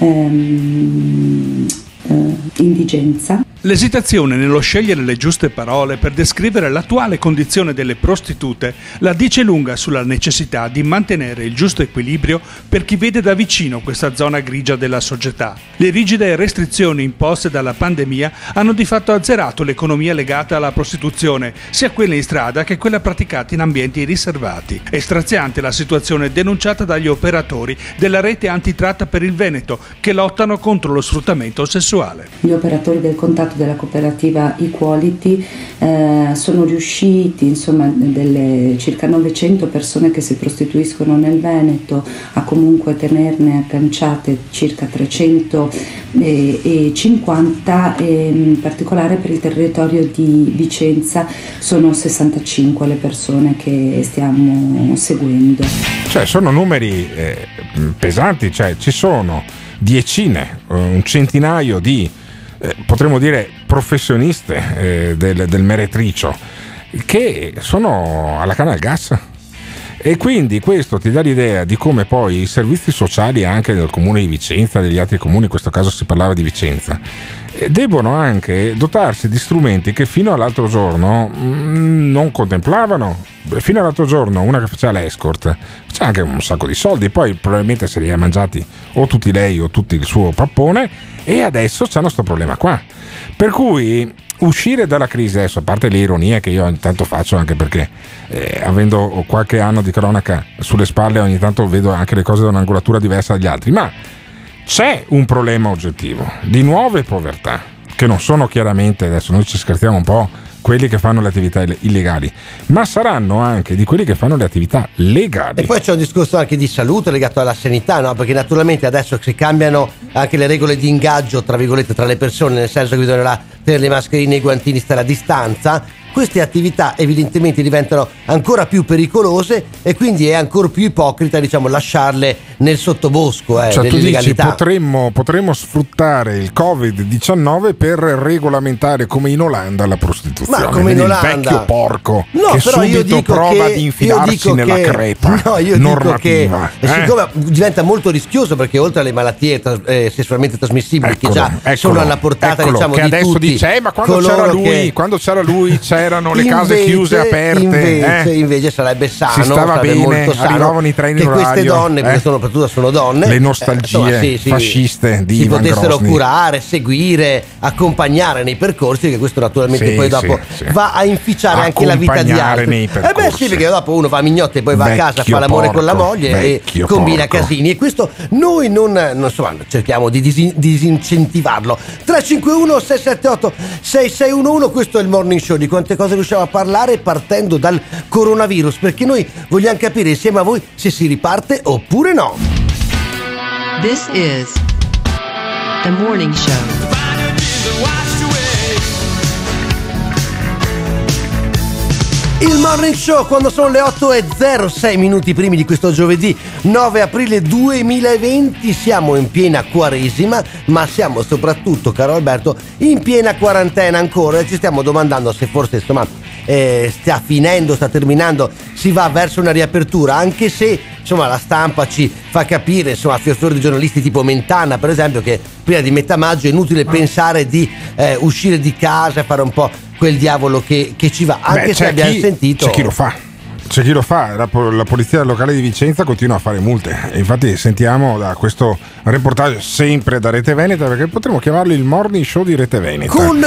indigenza. L'esitazione nello scegliere le giuste parole per descrivere l'attuale condizione delle prostitute la dice lunga sulla necessità di mantenere il giusto equilibrio per chi vede da vicino questa zona grigia della società. Le rigide restrizioni imposte dalla pandemia hanno di fatto azzerato l'economia legata alla prostituzione, sia quella in strada che quella praticata in ambienti riservati. È straziante la situazione denunciata dagli operatori della rete antitratta per il Veneto, che lottano contro lo sfruttamento sessuale. Gli operatori del contatto della cooperativa Equality sono riusciti, insomma, delle circa 900 persone che si prostituiscono nel Veneto, a comunque tenerne agganciate circa 350, e in particolare per il territorio di Vicenza sono 65 le persone che stiamo seguendo. Cioè sono numeri pesanti, cioè ci sono decine, un centinaio di potremmo dire professioniste del meretricio che sono alla canna al gas, e quindi questo ti dà l'idea di come poi i servizi sociali anche del comune di Vicenza, degli altri comuni, in questo caso si parlava di Vicenza, debbono anche dotarsi di strumenti che fino all'altro giorno non contemplavano. Fino all'altro giorno una che faceva l'escort faceva anche un sacco di soldi, poi probabilmente se li ha mangiati o tutti lei o tutti il suo pappone, e adesso c'hanno sto problema qua. Per cui uscire dalla crisi adesso, a parte le ironie che io ogni tanto faccio, anche perché avendo qualche anno di cronaca sulle spalle ogni tanto vedo anche le cose da un'angolatura diversa dagli altri, ma c'è un problema oggettivo di nuove povertà, che non sono chiaramente, adesso noi ci scherziamo un po', quelli che fanno le attività illegali, ma saranno anche di quelli che fanno le attività legali. E poi c'è un discorso anche di salute legato alla sanità, no? Perché naturalmente adesso si cambiano anche le regole di ingaggio, tra virgolette, tra le persone, nel senso che bisognerà tenere le mascherine, i guantini, stare a distanza. Queste attività evidentemente diventano ancora più pericolose e quindi è ancora più ipocrita, diciamo, lasciarle nel sottobosco cioè, dell'illegalità. Tu dici, potremmo sfruttare il Covid-19 per regolamentare come in Olanda la prostituzione. Ma come in Olanda? Il vecchio porco no, che però subito io dico prova che, ad infilarsi nella crepa normativa. Dico che siccome diventa molto rischioso, perché oltre alle malattie sessualmente trasmissibili che già sono alla portata, diciamo, che di adesso tutti, dice ma quando c'era lui c'erano le case chiuse aperte, invece sarebbe sano, si stava sarebbe bene, molto sano arrivavano i treni che in queste radio, donne, perché sono donne, le nostalgie fasciste di si Ivan potessero Grozny, curare, seguire, accompagnare nei percorsi, che questo naturalmente poi dopo va a inficiare anche la vita di altri. Sì, perché dopo uno fa mignotte e poi va a casa, fa l'amore con la moglie e combina casini, e questo noi non insomma, cerchiamo di disincentivarlo. 351 678 6611, questo è il Morning Show. Di quante cose riusciamo a parlare partendo dal coronavirus, perché noi vogliamo capire insieme a voi se si riparte oppure no. This is the Morning Show. Il Morning Show, quando sono le 8:06 primi di questo giovedì 9 aprile 2020, siamo in piena quaresima, ma siamo soprattutto, caro Alberto, in piena quarantena ancora, e ci stiamo domandando se forse insomma sta finendo, sta terminando, si va verso una riapertura, anche se insomma la stampa ci fa capire, insomma, a fior di giornalisti tipo Mentana per esempio, che prima di metà maggio è inutile pensare di uscire di casa e fare un po' quel diavolo che ci va, anche se abbiamo sentito. C'è chi lo fa, la polizia locale di Vicenza continua a fare multe, e infatti sentiamo da questo reportage sempre da Rete Veneta, perché potremmo chiamarlo il Morning Show di Rete Veneta con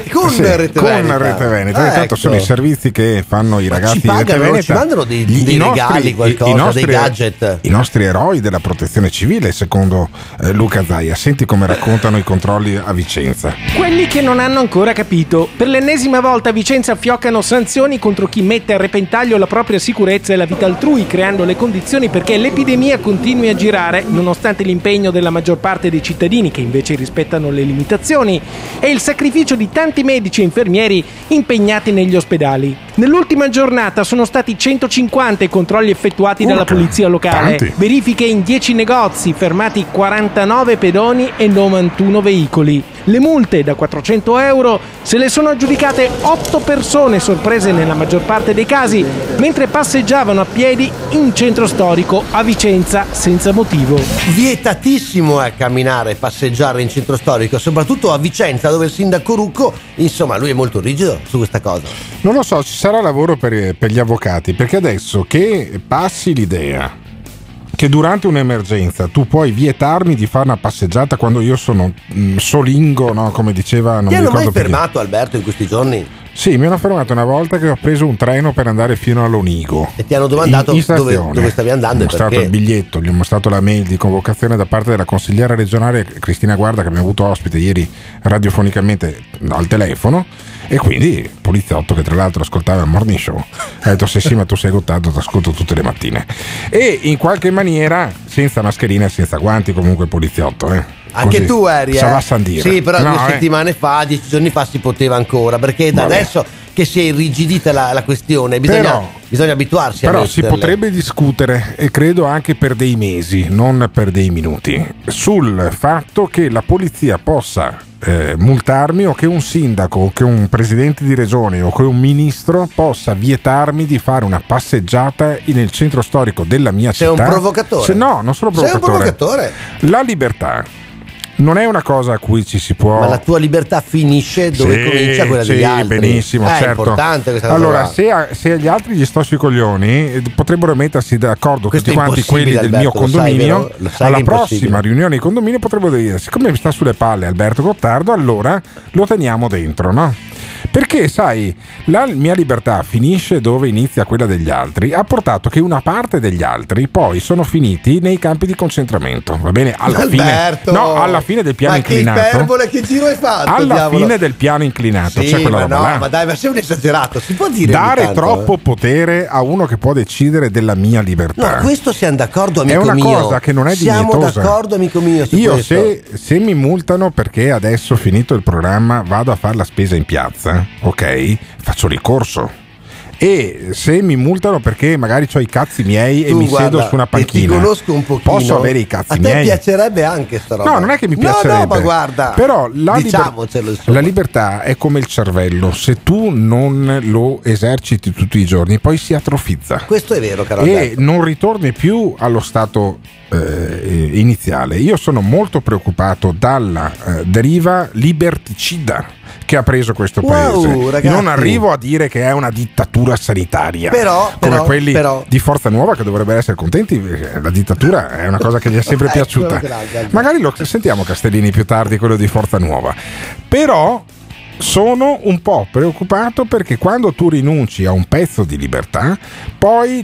Rete Veneta. Intanto Ecco. sono i servizi che fanno i ragazzi ci pagano, di Rete Veneta, ci mandano dei regali, qualcosa, dei gadget. I nostri eroi della protezione civile, secondo Luca Zaia. Senti come raccontano i controlli a Vicenza. Quelli che non hanno ancora capito: per l'ennesima volta a Vicenza fioccano sanzioni contro chi mette a repentaglio la propria sicurezza e la vita altrui, creando le condizioni perché l'epidemia continui a girare, nonostante l'impegno della maggior parte dei cittadini, che invece rispettano le limitazioni, e il sacrificio di tanti medici e infermieri impegnati negli ospedali. Nell'ultima giornata sono stati 150 i controlli effettuati dalla polizia locale, tanti. Verifiche in 10 negozi, fermati 49 pedoni e 91 veicoli. Le multe da 400 euro se le sono aggiudicate 8 persone, sorprese nella maggior parte dei casi, mentre passeggiavano a piedi in centro storico a Vicenza senza motivo. Vietatissimo è camminare e passeggiare in centro storico, soprattutto a Vicenza, dove il sindaco Rucco, insomma, lui è molto rigido su questa cosa. Non lo so, ci sarà lavoro per gli avvocati, perché adesso che passi l'idea che durante un'emergenza tu puoi vietarmi di fare una passeggiata quando io sono solingo, no? Come diceva, non ti mi hanno ricordo mai fermato, Alberto, in questi giorni? Sì, mi hanno fermato una volta che ho preso un treno per andare fino all'Onigo. E ti hanno domandato dove stavi andando e perché? Gli ho mostrato il biglietto, gli ho mostrato la mail di convocazione da parte della consigliera regionale Cristina Guarda, che abbiamo avuto ospite ieri radiofonicamente al telefono, e quindi il poliziotto, che tra l'altro ascoltava il Morning Show, ha detto sì, ma tu sei Gottardo, ti ascolto tutte le mattine. E in qualche maniera, senza mascherina e senza guanti, comunque poliziotto, Anche così, tu eri, sa Sandire. Sì, però 2 settimane fa, 10 giorni fa si poteva ancora, perché da adesso che si è irrigidita la questione bisogna abituarsi a però si potrebbe discutere, e credo anche per dei mesi, non per dei minuti, sul fatto che la polizia possa multarmi, o che un sindaco, o che un presidente di regione, o che un ministro possa vietarmi di fare una passeggiata nel centro storico della mia città. Sei un provocatore? No, non sono provocatore. Sei un provocatore? La libertà non è una cosa a cui ci si può. Ma la tua libertà finisce dove comincia quella degli altri. Benissimo, certo. È importante questa cosa. Allora, se agli altri gli sto sui coglioni, potrebbero mettersi d'accordo questo tutti quanti quelli del Alberto, mio condominio. Lo sai alla prossima riunione di condominio potrebbero dire: siccome mi sta sulle palle Alberto Gottardo, allora lo teniamo dentro, no? Perché sai, la mia libertà finisce dove inizia quella degli altri, ha portato che una parte degli altri poi sono finiti nei campi di concentramento, va bene? Alla fine del piano inclinato. Che iperbole, che giro hai fatto? Alla fine del piano inclinato c'è quella roba là. Ma dai, ma sei un esagerato, si può dire dare troppo potere a uno che può decidere della mia libertà. No, questo siamo d'accordo, amico mio. È una cosa che non è dignitosa. Siamo d'accordo, amico mio, su io questo. Se mi multano perché adesso finito il programma vado a fare la spesa in piazza, ok? Faccio ricorso. E se mi multano perché magari ho i cazzi miei e mi siedo su una panchina, ti conosco un pochino, posso avere i cazzi miei. A te miei. piacerebbe anche sta roba? No, non è che mi piacerebbe. No, ma guarda, però la la libertà è come il cervello, se tu non lo eserciti tutti i giorni poi si atrofizza. Questo è vero, caro E Alberto. non ritorni più allo stato iniziale. Io sono molto preoccupato dalla deriva liberticida che ha preso questo paese. Ragazzi. Non arrivo a dire che è una dittatura sanitaria, come quelli di Forza Nuova che dovrebbero essere contenti, perché la dittatura è una cosa che gli è sempre piaciuta. Magari lo sentiamo Castellini più tardi, quello di Forza Nuova. Però sono un po' preoccupato perché quando tu rinunci a un pezzo di libertà poi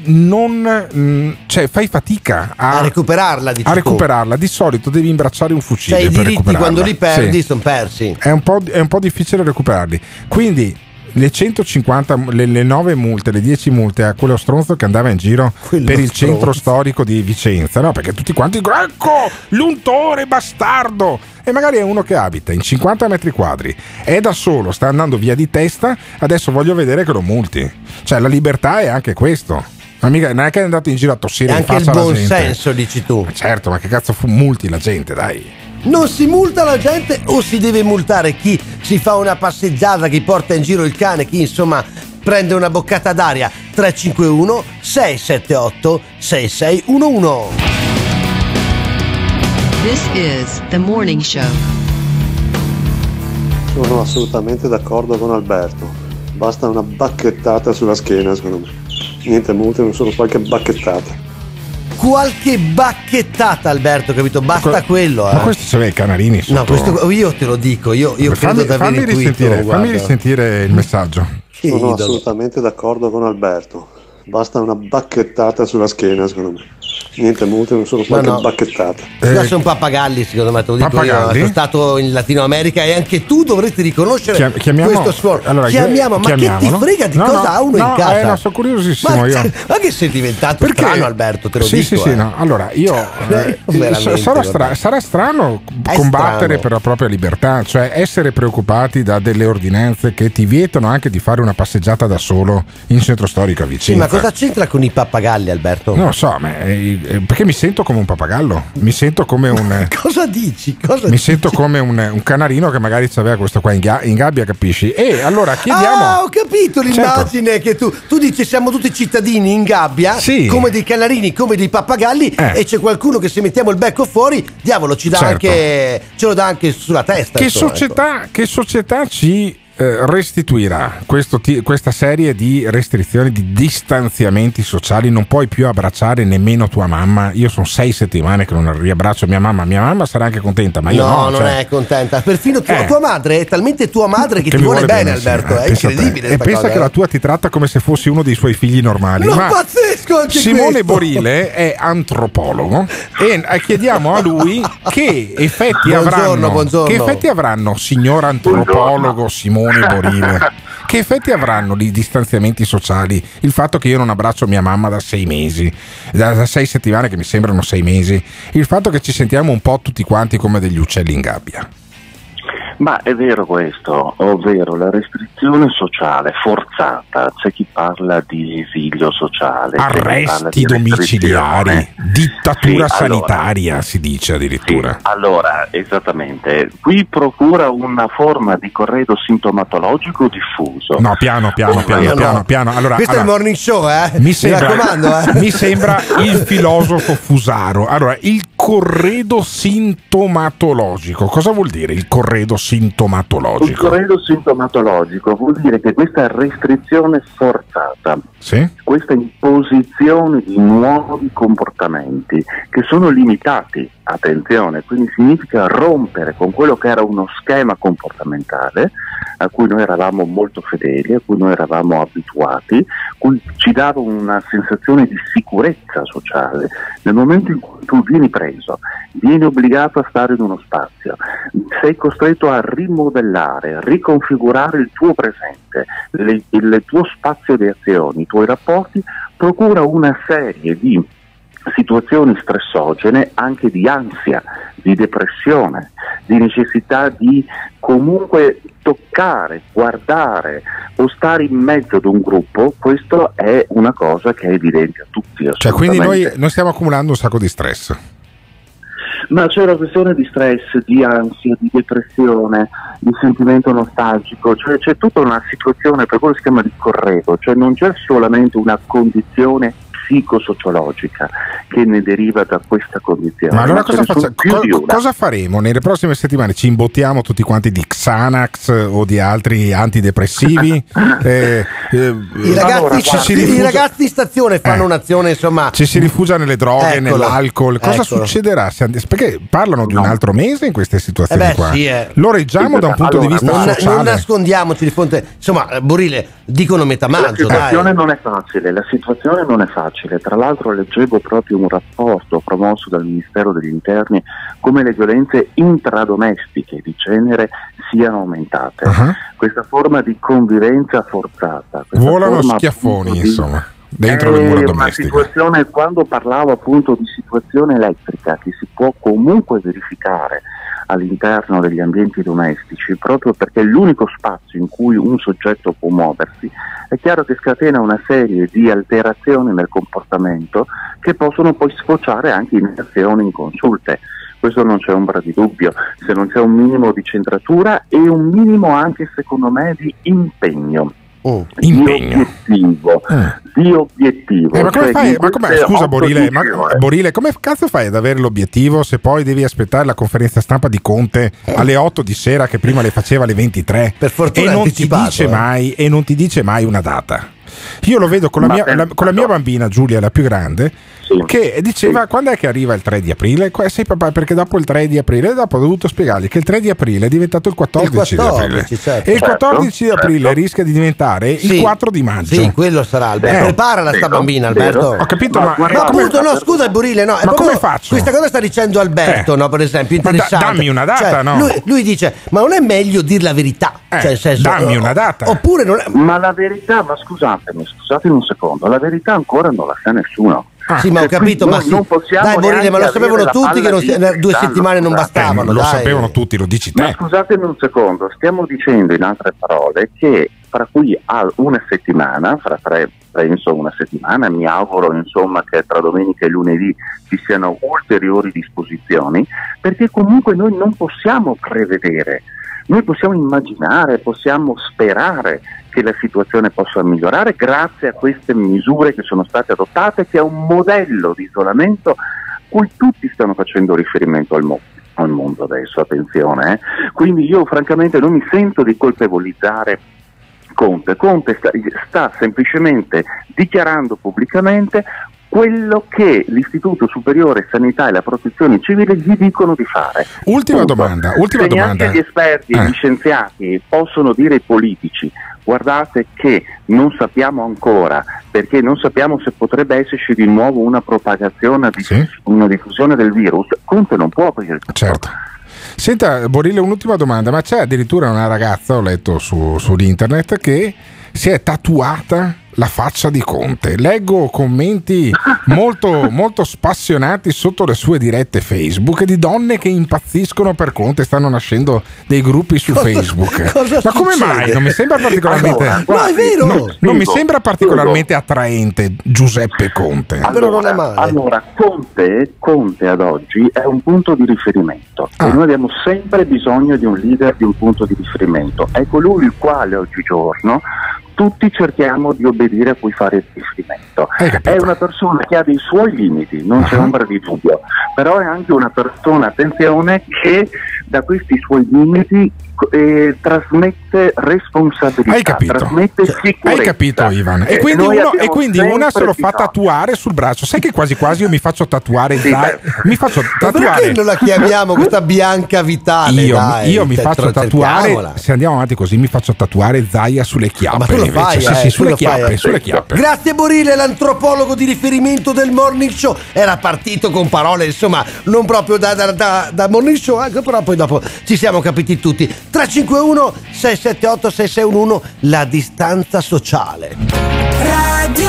fai fatica a recuperarla, di solito devi imbracciare un fucile. I per diritti recuperarla. Quando li perdi sono persi. È un po' difficile recuperarli, quindi le 150, le 9 multe, le 10 multe a quello stronzo che andava in giro per il centro storico di Vicenza, no? Perché tutti quanti ecco l'untore bastardo, e magari è uno che abita in 50 metri quadri, è da solo, sta andando via di testa, adesso voglio vedere che lo multi. Cioè la libertà è anche questo. Non è che è andato in giro a tossire in faccia alla gente. Anche il buon senso, dici tu. Certo, ma che cazzo multi la gente, dai. Non si multa la gente o si deve multare chi si fa una passeggiata, chi porta in giro il cane, chi insomma prende una boccata d'aria? 351 678 6611. This is The Morning Show. Sono assolutamente d'accordo con Alberto. Basta una bacchettata sulla schiena, secondo me. Niente multe, non solo qualche bacchettata. Qualche bacchettata, Alberto, capito? Basta quello. Ma questo ce l'hai i canarini sotto. No, questo io te lo dico, io credo di aver intuito. Fammi risentire il messaggio. Sono assolutamente d'accordo con Alberto. Basta una bacchettata sulla schiena, secondo me. Niente multe, non solo qualche bacchettata. Sono pappagalli, secondo me, te lo dico io. Sono stato in Latino America e anche tu dovresti riconoscere questo sforzo. Allora, ma che ti frega di cosa ha uno in casa? No, sono curiosissimo io. Ma che sei diventato strano, Alberto, te lo dico. Sì, no. Allora, io sarà strano combattere per la propria libertà, cioè essere preoccupati da delle ordinanze che ti vietano anche di fare una passeggiata da solo in centro storico a Vicenza. Sì, ma cosa c'entra con i pappagalli, Alberto? Non lo so, perché mi sento come un pappagallo, mi sento come un cosa dici? Sento come un canarino che magari aveva questo qua in gabbia, capisci? E allora chiediamo. Ho capito l'immagine, che tu dici siamo tutti cittadini in gabbia, come dei canarini, come dei pappagalli, e c'è qualcuno che se mettiamo il becco fuori, diavolo, ci dà anche, ce lo dà anche sulla testa. Che società ci restituirà questa serie di restrizioni, di distanziamenti sociali? Non puoi più abbracciare nemmeno tua mamma. Io sono 6 settimane che non riabbraccio mia mamma sarà anche contenta, ma io no, non è contenta. Perfino tua madre è talmente tua madre che ti vuole bene, Alberto, è incredibile. E pensa che la tua ti tratta come se fossi uno dei suoi figli normali. Ma pazzesco anche Simone Borile è antropologo e chiediamo a lui che effetti avranno, signor antropologo Simone Borile, che effetti avranno i distanziamenti sociali, il fatto che io non abbraccio mia mamma da 6 mesi, da 6 settimane che mi sembrano 6 mesi, il fatto che ci sentiamo un po' tutti quanti come degli uccelli in gabbia? Ma è vero questo, ovvero la restrizione sociale forzata, c'è chi parla di esilio sociale, arresti domiciliari, dittatura sanitaria, si dice addirittura. Sì, allora, esattamente, qui procura una forma di corredo sintomatologico diffuso. No, piano. Allora, questo è il morning show, mi sembra il filosofo Fusaro. Allora, il corredo sintomatologico, cosa vuol dire il corredo sintomatologico? Il corredo sintomatologico vuol dire che questa restrizione forzata, questa imposizione di nuovi comportamenti che sono limitati, attenzione, quindi significa rompere con quello che era uno schema comportamentale, a cui noi eravamo molto fedeli, a cui noi eravamo abituati, cui ci dava una sensazione di sicurezza sociale. Nel momento in cui tu vieni preso, vieni obbligato a stare in uno spazio, sei costretto a rimodellare, riconfigurare il tuo presente, il tuo spazio di azioni, i tuoi rapporti, procura una serie di situazioni stressogene, anche di ansia, di depressione, di necessità di comunque toccare, guardare o stare in mezzo ad un gruppo. Questo è una cosa che è evidente a tutti. Cioè, quindi noi stiamo accumulando un sacco di stress. Ma c'è una questione di stress, di ansia, di depressione, di sentimento nostalgico, cioè c'è tutta una situazione, per quello si chiama di corredo, cioè non c'è solamente una condizione psicosociologica che ne deriva da questa condizione. Ma allora cosa faremo nelle prossime settimane? Ci imbottiamo tutti quanti di Xanax o di altri antidepressivi? I ragazzi in stazione fanno un'azione, insomma. Ci si rifugia nelle droghe, nell'alcol. Cosa succederà? Perché parlano di un altro mese in queste situazioni qua. Sì, lo reggiamo da un punto di vista sociale. Non nascondiamoci di fronte. Insomma, Borile, dicono metà maggio. La situazione non è facile. Tra l'altro leggevo proprio un rapporto promosso dal Ministero degli Interni come le violenze intradomestiche di genere siano aumentate. Questa forma di convivenza forzata. Volano schiaffoni, insomma, dentro le mura domestiche. Una situazione, quando parlavo appunto di situazione elettrica che si può comunque verificare all'interno degli ambienti domestici, proprio perché è l'unico spazio in cui un soggetto può muoversi, è chiaro che scatena una serie di alterazioni nel comportamento che possono poi sfociare anche in azioni inconsulte. Questo non c'è ombra di dubbio, se non c'è un minimo di centratura e un minimo anche, secondo me, di impegno. Di obiettivo. Ma come fai? Scusa Borile, come cazzo fai ad avere l'obiettivo se poi devi aspettare la conferenza stampa di Conte alle 8 di sera, che prima le faceva alle 23, per fortuna, e non ti dice mai una data? Io lo vedo con la mia bambina Giulia, la più grande, che diceva: quando è che arriva il 3 di aprile? Sì papà, perché dopo il 3 di aprile, dopo ho dovuto spiegargli che il 3 di aprile è diventato il 14 di aprile, certo. E il 14 di aprile rischia di diventare il 4 di maggio. Sì, quello sarà, Alberto. Preparala sta bambina, Alberto. Ho capito, ma appunto, no, scusa Borile, no, ma come faccio? Questa cosa sta dicendo Alberto, no, per esempio, interessante. Dammi una data, cioè, no? Lui dice: ma non è meglio dir la verità? Cioè, nel senso, dammi una data. Oppure non è... Ma la verità, ma scusatemi un secondo, la verità ancora non la sa nessuno. Sì, ma ho capito, ma non possiamo. Dai, Borile, ma lo sapevano tutti che 2 settimane non bastavano. Lo sapevano tutti, lo dici te. Ma scusatemi un secondo, stiamo dicendo, in altre parole, che fra cui a una settimana, penso una settimana, mi auguro insomma che tra domenica e lunedì ci siano ulteriori disposizioni, perché comunque noi non possiamo prevedere. Noi possiamo immaginare, possiamo sperare che la situazione possa migliorare grazie a queste misure che sono state adottate, che è un modello di isolamento cui tutti stanno facendo riferimento al mondo adesso, attenzione. Quindi io francamente non mi sento di colpevolizzare Conte. Conte sta semplicemente dichiarando pubblicamente quello che l'Istituto Superiore Sanità e la Protezione Civile gli dicono di fare. Ultima domanda. Neanche gli esperti, gli scienziati possono dire ai politici: guardate che non sappiamo ancora, perché non sappiamo se potrebbe esserci di nuovo una propagazione, una diffusione del virus. Conte non può aprire tutto. Certo. Senta Borile, un'ultima domanda, ma c'è addirittura una ragazza, ho letto su internet, che si è tatuata la faccia di Conte. Leggo commenti molto, molto spassionati sotto le sue dirette Facebook di donne che impazziscono per Conte. Stanno nascendo dei gruppi su Facebook. Ma come mai? Non mi sembra particolarmente è vero. Non mi sembra particolarmente attraente Giuseppe Conte. Però non è male. Allora, Conte ad oggi è un punto di riferimento e noi abbiamo sempre bisogno di un leader, di un punto di riferimento. È colui il quale oggigiorno tutti cerchiamo di obbedire, a cui fare riferimento. È una persona che ha dei suoi limiti, non c'è ombra di dubbio, però è anche una persona, attenzione, che da questi suoi limiti trasmette responsabilità, trasmette sicurezza. Hai capito, Ivan? E quindi una se lo fa tatuare sul braccio. Sai che quasi quasi io mi faccio tatuare mi faccio tatuare. Perché non la chiamiamo questa Bianca Vitale? Io mi faccio tatuare, se andiamo avanti così, mi faccio tatuare Zaia sulle chiappe. Ma tu lo fai, sì, sulle chiappe. Grazie Borile, l'antropologo di riferimento del Morning Show. Era partito con parole, insomma, non proprio da Morning Show, però poi dopo ci siamo capiti tutti. 351 678 6611, la distanza sociale. Radio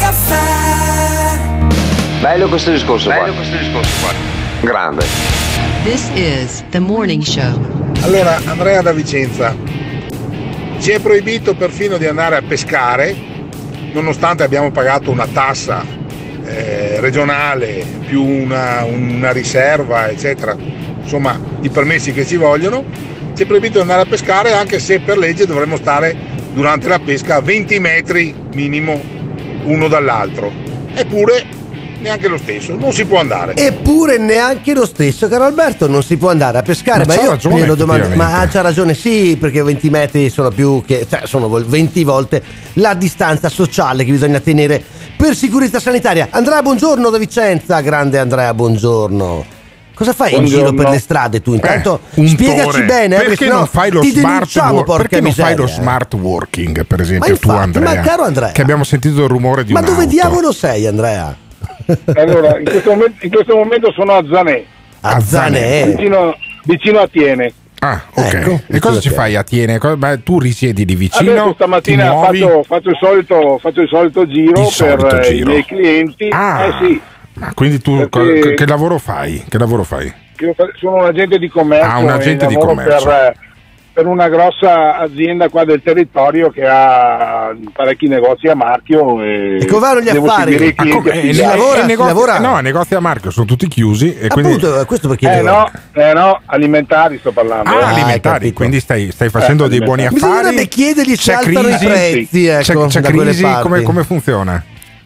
Caffè. Bello questo discorso qua. Grande. This is the morning show. Allora, Andrea da Vicenza. Ci è proibito perfino di andare a pescare, nonostante abbiamo pagato una tassa regionale più una riserva, eccetera. Insomma, i permessi che ci vogliono. Ci è proibito di andare a pescare, anche se per legge dovremmo stare durante la pesca a 20 metri minimo uno dall'altro. Eppure neanche lo stesso, non si può andare. Eppure neanche lo stesso, caro Alberto, non si può andare a pescare. Ma io glielo domando, ma c'ha ragione, sì, perché 20 metri sono più che, sono 20 volte la distanza sociale che bisogna tenere per sicurezza sanitaria. Andrea, buongiorno da Vicenza, grande Andrea, buongiorno. Cosa fai in giro per le strade tu? Intanto spiegaci bene, perché non fai lo smart working, per esempio, infatti, tu Andrea, ma caro Andrea, che abbiamo sentito il rumore di un'auto. Ma dove diavolo sei, Andrea? Allora, in questo momento sono a Zanè. A Zanè? Vicino a Tiene. Ah, ok. Ecco, e cosa ci fai a Tiene? Ma tu risiedi di vicino? Adesso stamattina faccio il solito giro per i miei clienti. Sì. Ma quindi tu che lavoro fai? Sono un agente di commercio. Un agente di commercio. Per una grossa azienda qua del territorio che ha parecchi negozi a marchio. E come vanno gli affari? Lavora? No, negozi a marchio sono tutti chiusi. E quindi... questo perché no, alimentari sto parlando. Alimentari, quindi stai facendo dei buoni affari. Bisognerebbe chiedergli se alzano i prezzi. C'è crisi, come funziona?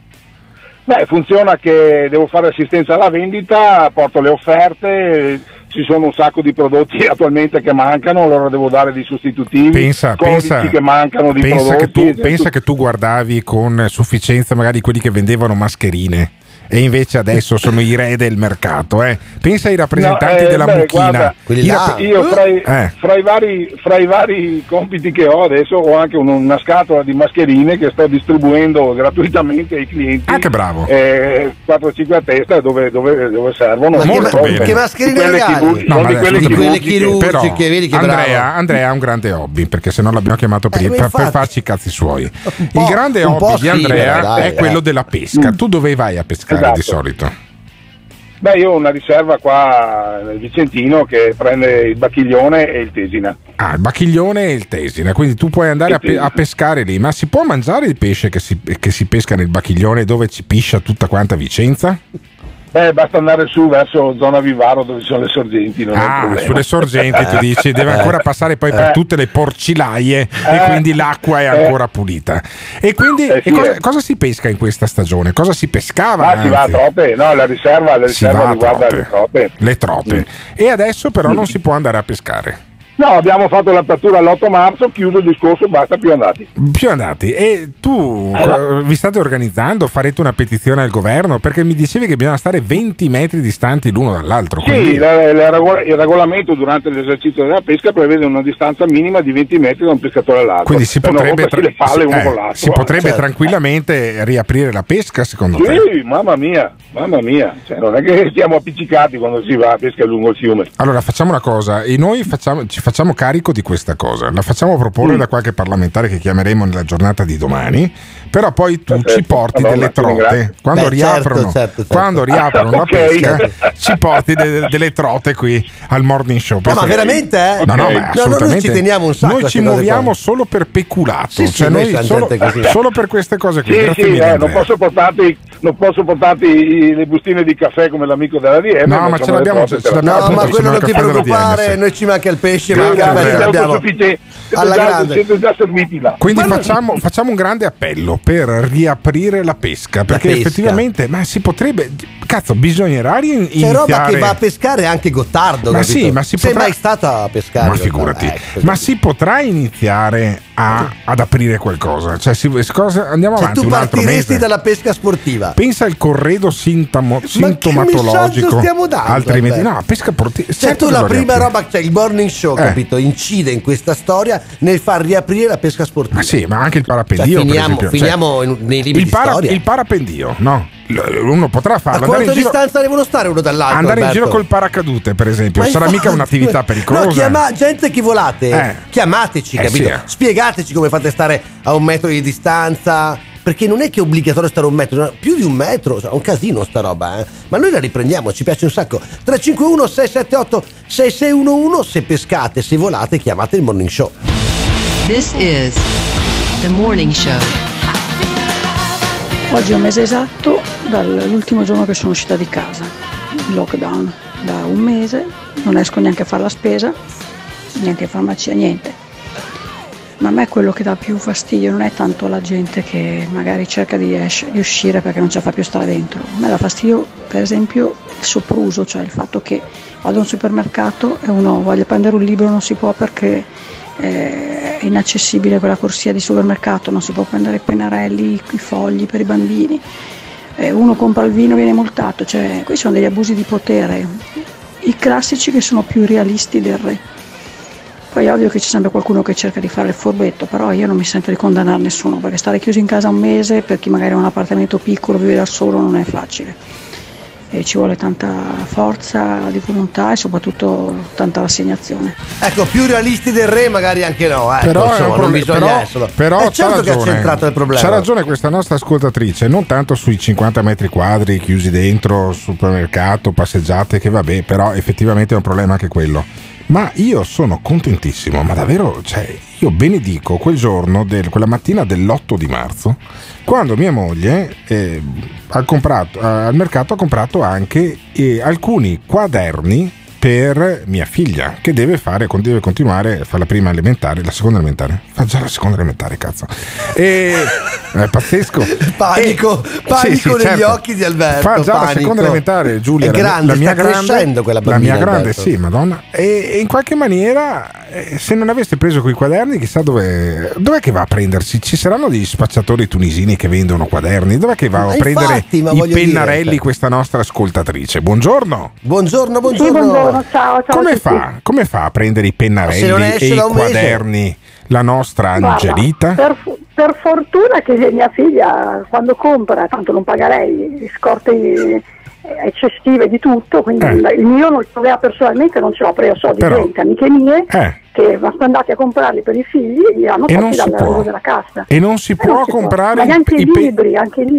Beh, funziona che devo fare assistenza alla vendita, porto le offerte, ci sono un sacco di prodotti attualmente che mancano, allora devo dare dei sostitutivi, pensa che mancano di prodotti. Pensa che tu guardavi con sufficienza magari quelli che vendevano mascherine. E invece adesso sono i re del mercato, Pensa ai rappresentanti della mucchina. Guarda, io fra i vari compiti che ho adesso ho anche una scatola di mascherine che sto distribuendo gratuitamente ai clienti. Che bravo! 4-5 a testa dove servono. Molto bene. Che mascherine regali? Non di quelle chirurgiche, vedi che Andrea ha un grande hobby, perché se no l'abbiamo chiamato per farci i cazzi suoi. Il grande hobby di Andrea è quello della pesca. Tu dove vai a pescare? Di solito? Beh, io ho una riserva qua nel Vicentino che prende il bacchiglione e il tesina. Il bacchiglione e il tesina, quindi tu puoi andare a pescare lì, ma si può mangiare il pesce che si pesca nel bacchiglione dove ci piscia tutta quanta Vicenza? Beh, basta andare su verso zona Vivaro dove ci sono le sorgenti, non è un problema. Sulle sorgenti tu dici, deve ancora passare poi per tutte le porcilaie e quindi l'acqua è ancora pulita. E quindi cosa si pesca in questa stagione? Cosa si pescava? Si va a trote, no, la riserva riguarda le trote. E adesso però non si può andare a pescare. No, abbiamo fatto l'apertura l'8 marzo, chiuso il discorso, basta, più andati. E tu vi state organizzando? Farete una petizione al governo? Perché mi dicevi che bisogna stare 20 metri distanti l'uno dall'altro. Sì, quindi... il regolamento durante l'esercizio della pesca prevede una distanza minima di 20 metri da un pescatore all'altro. Quindi si potrebbe, tranquillamente riaprire la pesca, secondo te? Sì, mamma mia. Cioè, non è che stiamo appiccicati quando si va a pesca lungo il fiume. Allora facciamo una cosa, e noi ci facciamo carico di questa cosa, la facciamo proporre da qualche parlamentare che chiameremo nella giornata di domani, però poi tu ci porti delle trote quando riaprono la pesca, ci porti delle trote qui al morning show. Ma veramente? No, ma assolutamente. Noi ci teniamo un sacco. Noi ci muoviamo solo per peculato, solo per queste cose qui. Non posso portarti non posso portarti le bustine di caffè come l'amico della DM. No, ma ce l'abbiamo. No, ma quello non ti preoccupare, noi ci manca il pesce. Alla grande. Siete già serviti là. Quindi facciamo un grande appello per riaprire la pesca, perché effettivamente, ma si potrebbe, cazzo, bisognerà iniziare. C'è roba che va a pescare anche Gottardo, ma capito? sì, ma si sei potrà... mai stata a pescare? Ma figurati, ma si potrà iniziare ad aprire qualcosa, cioè andiamo avanti tu un altro partiresti mese. dalla pesca sportiva. Pensa al corredo sintomatologico, stiamo dando, altrimenti no, pesca sportiva. Certo, tu la prima roba, cioè il morning show, capito, incide in questa storia nel far riaprire la pesca sportiva. Ma sì, ma anche il parapendio, finiamo nei libri di storia. Il parapendio, no? Uno potrà farlo. A quanta distanza devono stare uno dall'altro? Andare in giro col paracadute, per esempio, sarà mica un'attività pericolosa. No, gente che volate, chiamateci, capito? Sì. Spiegateci come fate a stare a 1 metro di distanza. Perché non è che è obbligatorio stare 1 metro, più di 1 metro, è un casino sta roba, ma noi la riprendiamo, ci piace un sacco. 351 678 6611, se pescate, se volate, chiamate il Morning Show. This is the Morning Show. Oggi è un mese esatto dall'ultimo giorno che sono uscita di casa, il lockdown, da 1 mese, non esco neanche a fare la spesa, neanche in farmacia, niente. Ma a me quello che dà più fastidio non è tanto la gente che magari cerca di uscire perché non ce la fa più stare dentro. A me dà fastidio, per esempio, il sopruso, cioè il fatto che vado a un supermercato e uno voglia prendere un libro, non si può perché è inaccessibile quella corsia di supermercato, non si può prendere i pennarelli, i fogli per i bambini, uno compra il vino e viene multato, cioè questi sono degli abusi di potere, i classici che sono più realisti del re. Poi è ovvio che c'è sempre qualcuno che cerca di fare il furbetto, però io non mi sento di condannare nessuno, perché stare chiusi in casa 1 mese per chi magari ha un appartamento piccolo, vive da solo, non è facile. E ci vuole tanta forza di volontà e soprattutto tanta rassegnazione. Ecco, più realisti del re magari anche no, però insomma, non bisogna esserlo. Però certo che ha centrato il problema. C'ha ragione questa nostra ascoltatrice, non tanto sui 50 metri quadri chiusi dentro, supermercato, passeggiate, che vabbè, però effettivamente è un problema anche quello. Ma io sono contentissimo, ma davvero, cioè, io benedico quel giorno, quella mattina dell'8 di marzo, quando mia moglie al mercato ha comprato anche alcuni quaderni per mia figlia, che deve continuare a fare la seconda elementare. Fa già la seconda elementare, cazzo. È pazzesco. Panico negli certo. occhi di Alberto. Fa già la seconda elementare, Giulia. È grande, sta crescendo quella bambina. La mia grande, Alberto. sì, madonna. E in qualche maniera, se non aveste preso quei quaderni, chissà dov'è che va a prendersi. Ci saranno degli spacciatori tunisini che vendono quaderni. Dov'è che va a prendere i pennarelli questa nostra ascoltatrice? Buongiorno. Buongiorno. Ciao, Come fa a prendere i pennarelli e i quaderni la nostra Angelita? Per fortuna che mia figlia quando compra, tanto non paga lei, scorte eccessive di tutto, quindi il mio non lo personalmente non ce l'ho, preso soldi gente, amiche mie che sono andati a comprarli per i figli e li hanno fatti dalla della cassa. E non si può comprare anche i libri.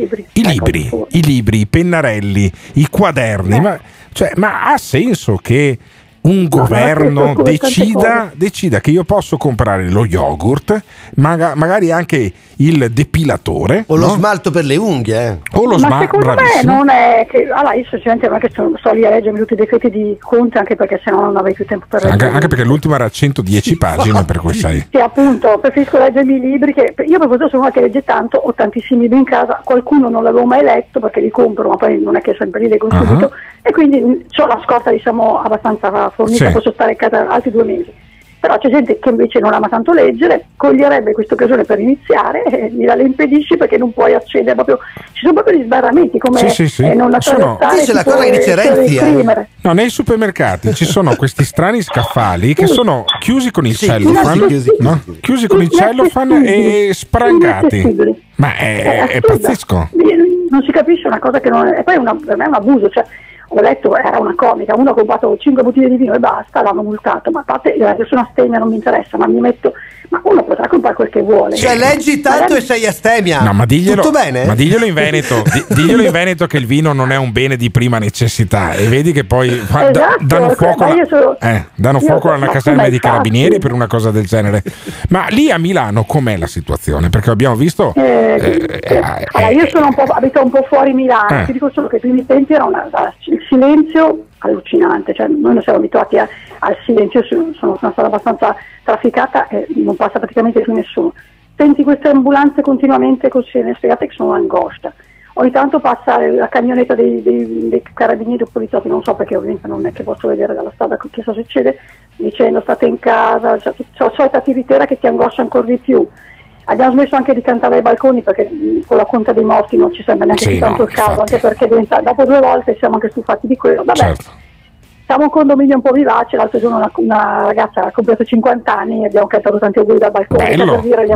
I libri, i pennarelli, i quaderni, ma ha senso che un governo decida che io posso comprare lo yogurt, magari anche il depilatore o lo smalto per le unghie, o lo smalto, secondo me non è che io sinceramente non è che sto lì a leggermi tutti i decreti di Conte, anche perché sennò non avrei più tempo per leggere. Anche perché l'ultimo era 110 pagine, per cui sai. Sì, appunto, preferisco leggermi i libri, che io proprio sono una che legge tanto, ho tantissimi libri in casa, qualcuno non l'avevo mai letto perché li compro, ma poi non è che sempre li leggo subito, e quindi ho la scorta abbastanza fornita, posso stare a casa altri 2 mesi. Però c'è gente che invece non ama tanto leggere, coglierebbe questa occasione per iniziare e mi la impedisci perché non puoi accedere proprio. Ci sono proprio gli sbarramenti come non attraversare. Questa è la cosa che dice Renzi. No, nei supermercati ci sono questi strani scaffali che sono chiusi con il cellofan, chiusi con il cellofan e sprangati. Ma è pazzesco. Non si capisce una cosa che non è. E poi per me è un abuso, cioè ho letto, era una comica, uno ha comprato 5 bottiglie di vino e basta, l'hanno multato, ma a parte io sono astemia, non mi interessa, ma uno potrà comprare quel che vuole. Cioè leggi tanto e sei astemia. No, ma diglielo, tutto bene? Ma diglielo in Veneto, diglielo in Veneto che il vino non è un bene di prima necessità, e vedi che poi danno fuoco alla caserma dei carabinieri per una cosa del genere. Ma lì a Milano com'è la situazione? Perché abbiamo visto allora, io abito un po' fuori Milano, ti dico solo che i primi tempi era il silenzio allucinante, cioè noi non siamo abituati al silenzio, sono una strada abbastanza trafficata e non passa praticamente più nessuno. Senti queste ambulanze continuamente con sirene spiegate che sono un'angoscia. Ogni tanto passa la camionetta dei carabinieri o poliziotti, non so perché ovviamente non è che posso vedere dalla strada che cosa succede, dicendo state in casa, cioè la solita tiritera che ti angoscia ancora di più. Abbiamo smesso anche di cantare ai balconi perché con la conta dei morti non ci sembra neanche tanto il caso, anche perché dopo 2 volte siamo anche stufati di quello. Vabbè, certo. Siamo un condominio un po' vivace, l'altro giorno una ragazza ha compiuto 50 anni e abbiamo cantato tanti auguri dal balcone. Bello, per dire, gli ha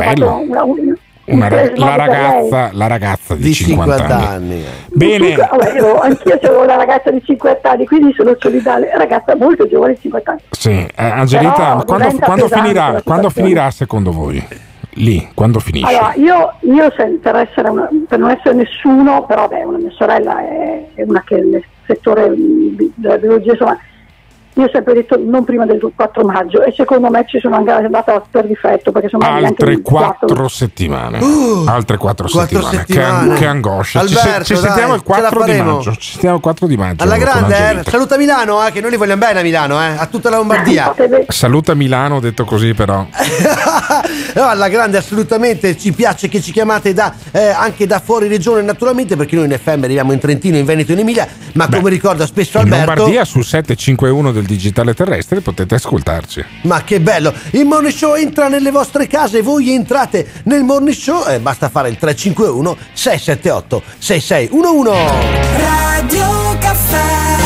fatto la ragazza di 50 anni. Bene. Anch'io avevo la ragazza di 50 anni, quindi sono solidale, ragazza molto giovane di 50 anni. Sì, Angelita, quando finirà secondo voi? Lì, quando finisce? Allora, io per non essere nessuno, però una mia sorella è una che nel settore della biologia, insomma, io ho sempre detto non prima del 4 maggio e secondo me ci sono andata per difetto perché sono altre 4 settimane. Altre 4 settimane. Che angoscia. Alberto, ci sentiamo il 4 di maggio. Ci sentiamo il 4 di maggio. Alla grande, saluta Milano, che noi li vogliamo bene a Milano, a tutta la Lombardia. Saluta Milano, detto così però. No, alla grande, assolutamente, ci piace che ci chiamate anche da fuori regione naturalmente, perché noi in FM arriviamo in Trentino, in Veneto e in Emilia, ma come ricorda spesso Alberto, in Lombardia sul 751 del digitale terrestre potete ascoltarci. Ma che bello, il Morning Show entra nelle vostre case, voi entrate nel Morning Show, basta fare il 351 678 6611. Radio Caffè.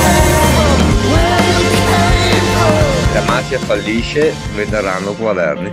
La mafia fallisce, ne daranno quaderni.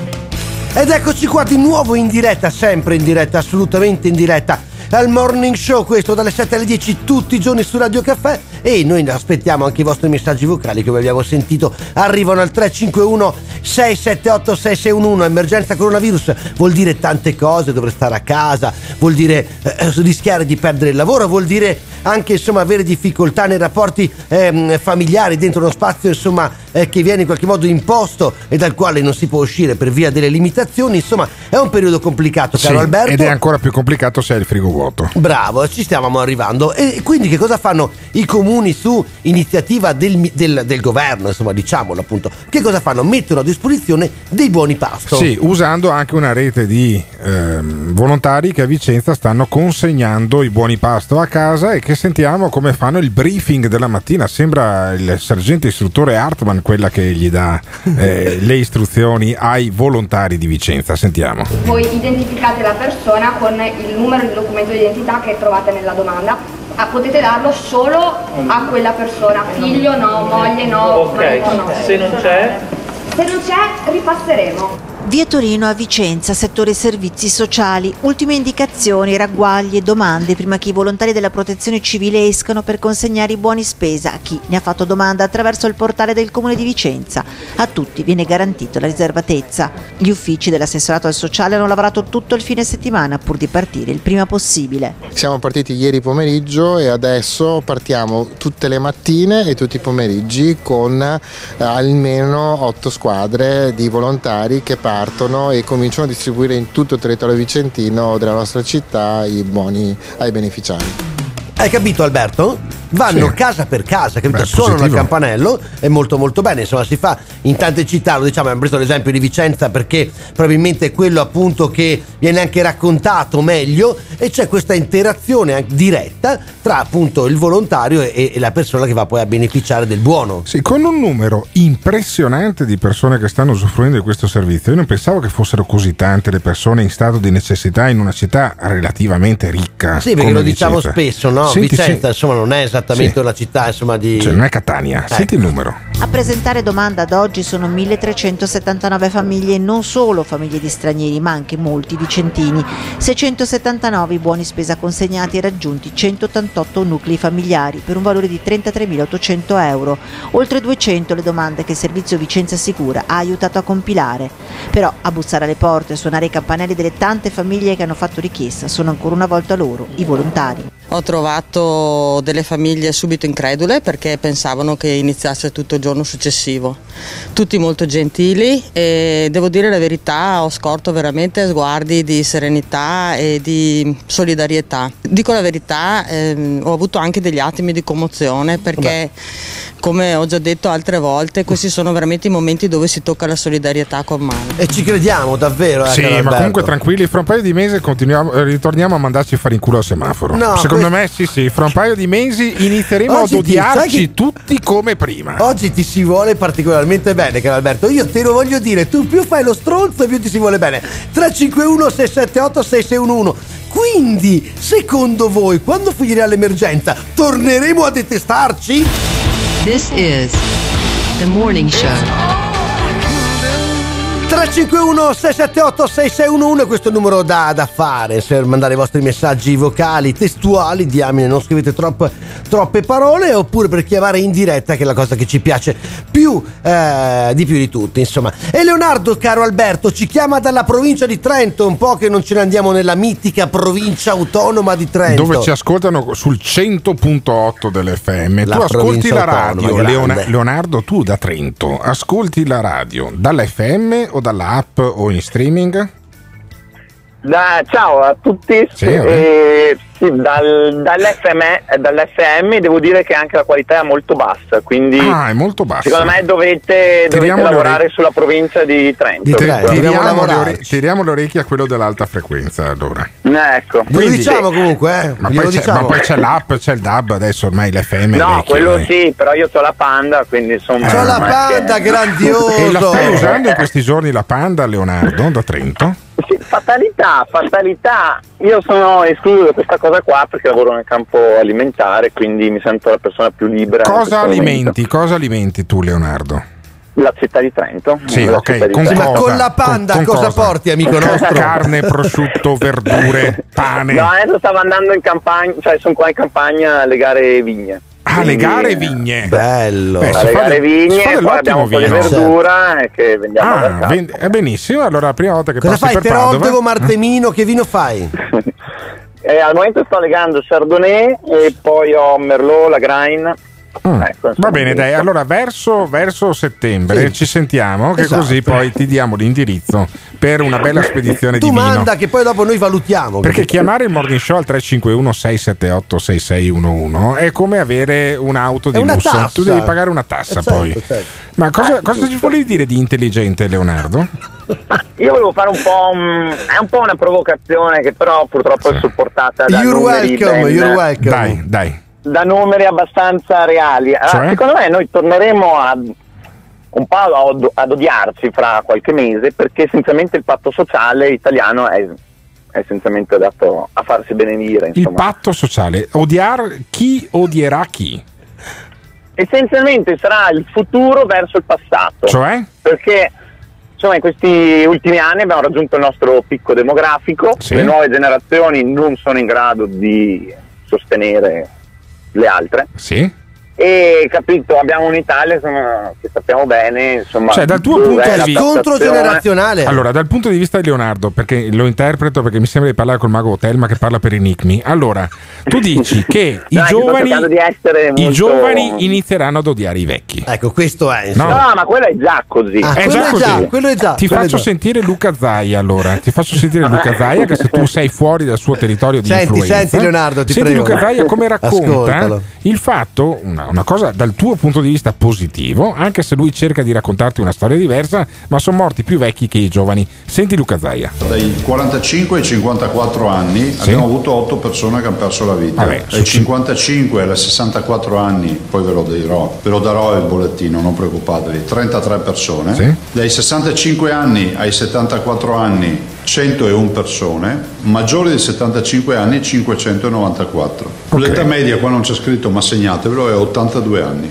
Ed eccoci qua di nuovo in diretta, sempre in diretta, assolutamente in diretta al Morning Show, questo dalle 7 alle 10 tutti i giorni su Radio Caffè, e noi aspettiamo anche i vostri messaggi vocali che come abbiamo sentito arrivano al 351 678 6611. Emergenza coronavirus vuol dire tante cose, dover stare a casa, vuol dire rischiare di perdere il lavoro, vuol dire anche insomma avere difficoltà nei rapporti familiari dentro uno spazio insomma che viene in qualche modo imposto e dal quale non si può uscire per via delle limitazioni. Insomma è un periodo complicato, caro Alberto, ed è ancora più complicato se hai il frigo vuoto. Bravo, ci stiamo arrivando. E quindi che cosa fanno i comuni su iniziativa del governo, insomma diciamolo appunto, che cosa fanno? Mettono a disposizione dei buoni pasto. Sì, usando anche una rete di volontari che a Vicenza stanno consegnando i buoni pasto a casa e che sentiamo come fanno il briefing della mattina. Sembra il sergente istruttore Hartman quella che gli dà le istruzioni ai volontari di Vicenza. Sentiamo. Voi identificate la persona con il numero di documento di identità che trovate nella domanda. Potete darlo solo a quella persona, figlio no, moglie no, ok, no. Se non c'è, ripasseremo. Via Torino a Vicenza, settore servizi sociali. Ultime indicazioni, ragguagli e domande prima che i volontari della protezione civile escano per consegnare i buoni spesa a chi ne ha fatto domanda attraverso il portale del comune di Vicenza. A tutti viene garantito la riservatezza. Gli uffici dell'assessorato al sociale hanno lavorato tutto il fine settimana pur di partire il prima possibile. Siamo partiti ieri pomeriggio e adesso partiamo tutte le mattine e tutti i pomeriggi con almeno 8 squadre di volontari che partono e cominciano a distribuire in tutto il territorio vicentino della nostra città i buoni ai beneficiari. Hai capito Alberto? Vanno casa per casa, capito? Suonano il campanello, è molto molto bene, insomma si fa in tante città, lo diciamo, abbiamo preso l'esempio di Vicenza perché probabilmente è quello appunto che viene anche raccontato meglio e c'è questa interazione diretta tra appunto il volontario e la persona che va poi a beneficiare del buono. Sì, con un numero impressionante di persone che stanno usufruendo di questo servizio. Io non pensavo che fossero così tante le persone in stato di necessità in una città relativamente ricca. Sì, perché lo diciamo Vicenza. spesso, no? Senti, Vicenza insomma non è esattamente una città insomma di... Cioè non è Catania, senti il numero. A presentare domanda ad oggi sono 1379 famiglie, non solo famiglie di stranieri ma anche molti vicentini. 679 i buoni spesa consegnati e raggiunti 188 nuclei familiari per un valore di 33.800 euro. Oltre 200 le domande che il servizio Vicenza Sicura ha aiutato a compilare. Però a bussare alle porte e suonare i campanelli delle tante famiglie che hanno fatto richiesta sono ancora una volta loro, i volontari. Ho trovato delle famiglie subito incredule perché pensavano che iniziasse tutto il giorno successivo. Tutti molto gentili e devo dire la verità, ho scorto veramente sguardi di serenità e di solidarietà. Dico la verità, ho avuto anche degli attimi di commozione perché, come ho già detto altre volte, questi sono veramente i momenti dove si tocca la solidarietà con mano. E ci crediamo davvero, sì, ma comunque tranquilli, fra un paio di mesi ritorniamo a mandarci a fare in culo al semaforo. No, secondo me sì, fra un paio di mesi inizieremo ad odiarci tutti come prima. Oggi ti si vuole particolarmente bene, caro Alberto. Io te lo voglio dire, tu più fai lo stronzo più ti si vuole bene. 351 678 6611. Quindi, secondo voi, quando finirà l'emergenza, torneremo a detestarci? This is The Morning Show. 351 678 6611, questo è il numero da fare per mandare i vostri messaggi vocali, testuali, diamine, non scrivete troppe parole, oppure per chiamare in diretta, che è la cosa che ci piace più di tutti, insomma. E Leonardo, caro Alberto, ci chiama dalla provincia di Trento, un po' che non ce ne andiamo nella mitica provincia autonoma di Trento, dove ci ascoltano sul 100.8 dell'FM. Tu ascolti la radio, Leonardo, tu da Trento ascolti la radio dalla FM o dalla app o in streaming? Ciao a tutti. Sì, dall'FM devo dire che anche la qualità è molto bassa, quindi è molto bassa. Secondo me dovete lavorare sulla provincia di Trento. Tiriamo le orecchie a quello dell'alta frequenza, allora. Ecco. Lo diciamo comunque, ma poi c'è l'app, c'è il DAB, adesso ormai l'FM no, è vecchio, quello sì, però io ho la Panda, quindi insomma. C'ho la Panda, grandioso. E la stai usando in questi giorni la Panda, Leonardo, da Trento? Sì, fatalità. Io sono escluso da questa cosa qua perché lavoro nel campo alimentare, quindi mi sento la persona più libera. Cosa alimenti tu, Leonardo? La città di Trento. Sì, ok. Ma con la Panda con cosa porti, amico nostro? Carne, prosciutto, verdure, pane. No, adesso stavo andando in campagna, cioè sono qua in campagna a legare vigne. Le gare vigne, bello. Le gare vigne, poi abbiamo un po' di verdura che vendiamo benissimo. Allora la prima volta che cosa passi fai? per Padova, Terontego, Martemino, che vino fai? Al momento sto legando Chardonnay e poi ho Merlot, la Grain. Ecco, va bene, dai, allora verso settembre ci sentiamo, che così poi ti diamo l'indirizzo per una bella spedizione di vino. Tu manda che poi dopo noi valutiamo. Perché chiamare il Morning Show al 351 678 6611 è come avere un'auto di lusso. Tassa. Tu devi pagare una tassa poi. Certo. Ma cosa ci volevi dire di intelligente, Leonardo? Io volevo fare è un po' una provocazione che però purtroppo è supportata da You're welcome. Dai. Da numeri abbastanza reali. Secondo me noi torneremo un po' ad odiarci fra qualche mese, perché essenzialmente il patto sociale italiano è essenzialmente adatto a farsi benedire, insomma. Il patto sociale, chi odierà chi? Essenzialmente sarà il futuro verso il passato. Cioè? Perché insomma in questi ultimi anni abbiamo raggiunto il nostro picco demografico, le nuove generazioni non sono in grado di sostenere le altre. Sì. E capito, abbiamo un'Italia che sappiamo bene, insomma, cioè dal tuo punto di vista controgenerazionale. Allora, dal punto di vista di Leonardo, perché lo interpreto perché mi sembra di parlare col mago Telma che parla per enigmi. Allora, tu dici che i giovani inizieranno ad odiare i vecchi. Ecco, questo è. No, ma quello è già così. Quello è già. Ti faccio sentire Luca Zaia, allora. Ti faccio sentire Luca Zaia, che se tu sei fuori dal suo territorio di influenza. Senti Leonardo, ti prego. Luca Zaia come racconta il fatto, una cosa dal tuo punto di vista positivo, anche se lui cerca di raccontarti una storia diversa, ma sono morti più vecchi che i giovani. Senti Luca Zaia. Dai 45 ai 54 anni abbiamo avuto 8 persone che hanno perso la vita. Dai 55 ai 64 anni, poi ve lo darò il bollettino, non preoccupatevi, 33 persone. Dai 65 anni ai 74 anni 101 persone, maggiori di 75 anni 594. L'età media, qua non c'è scritto ma segnatevelo, è 82 anni.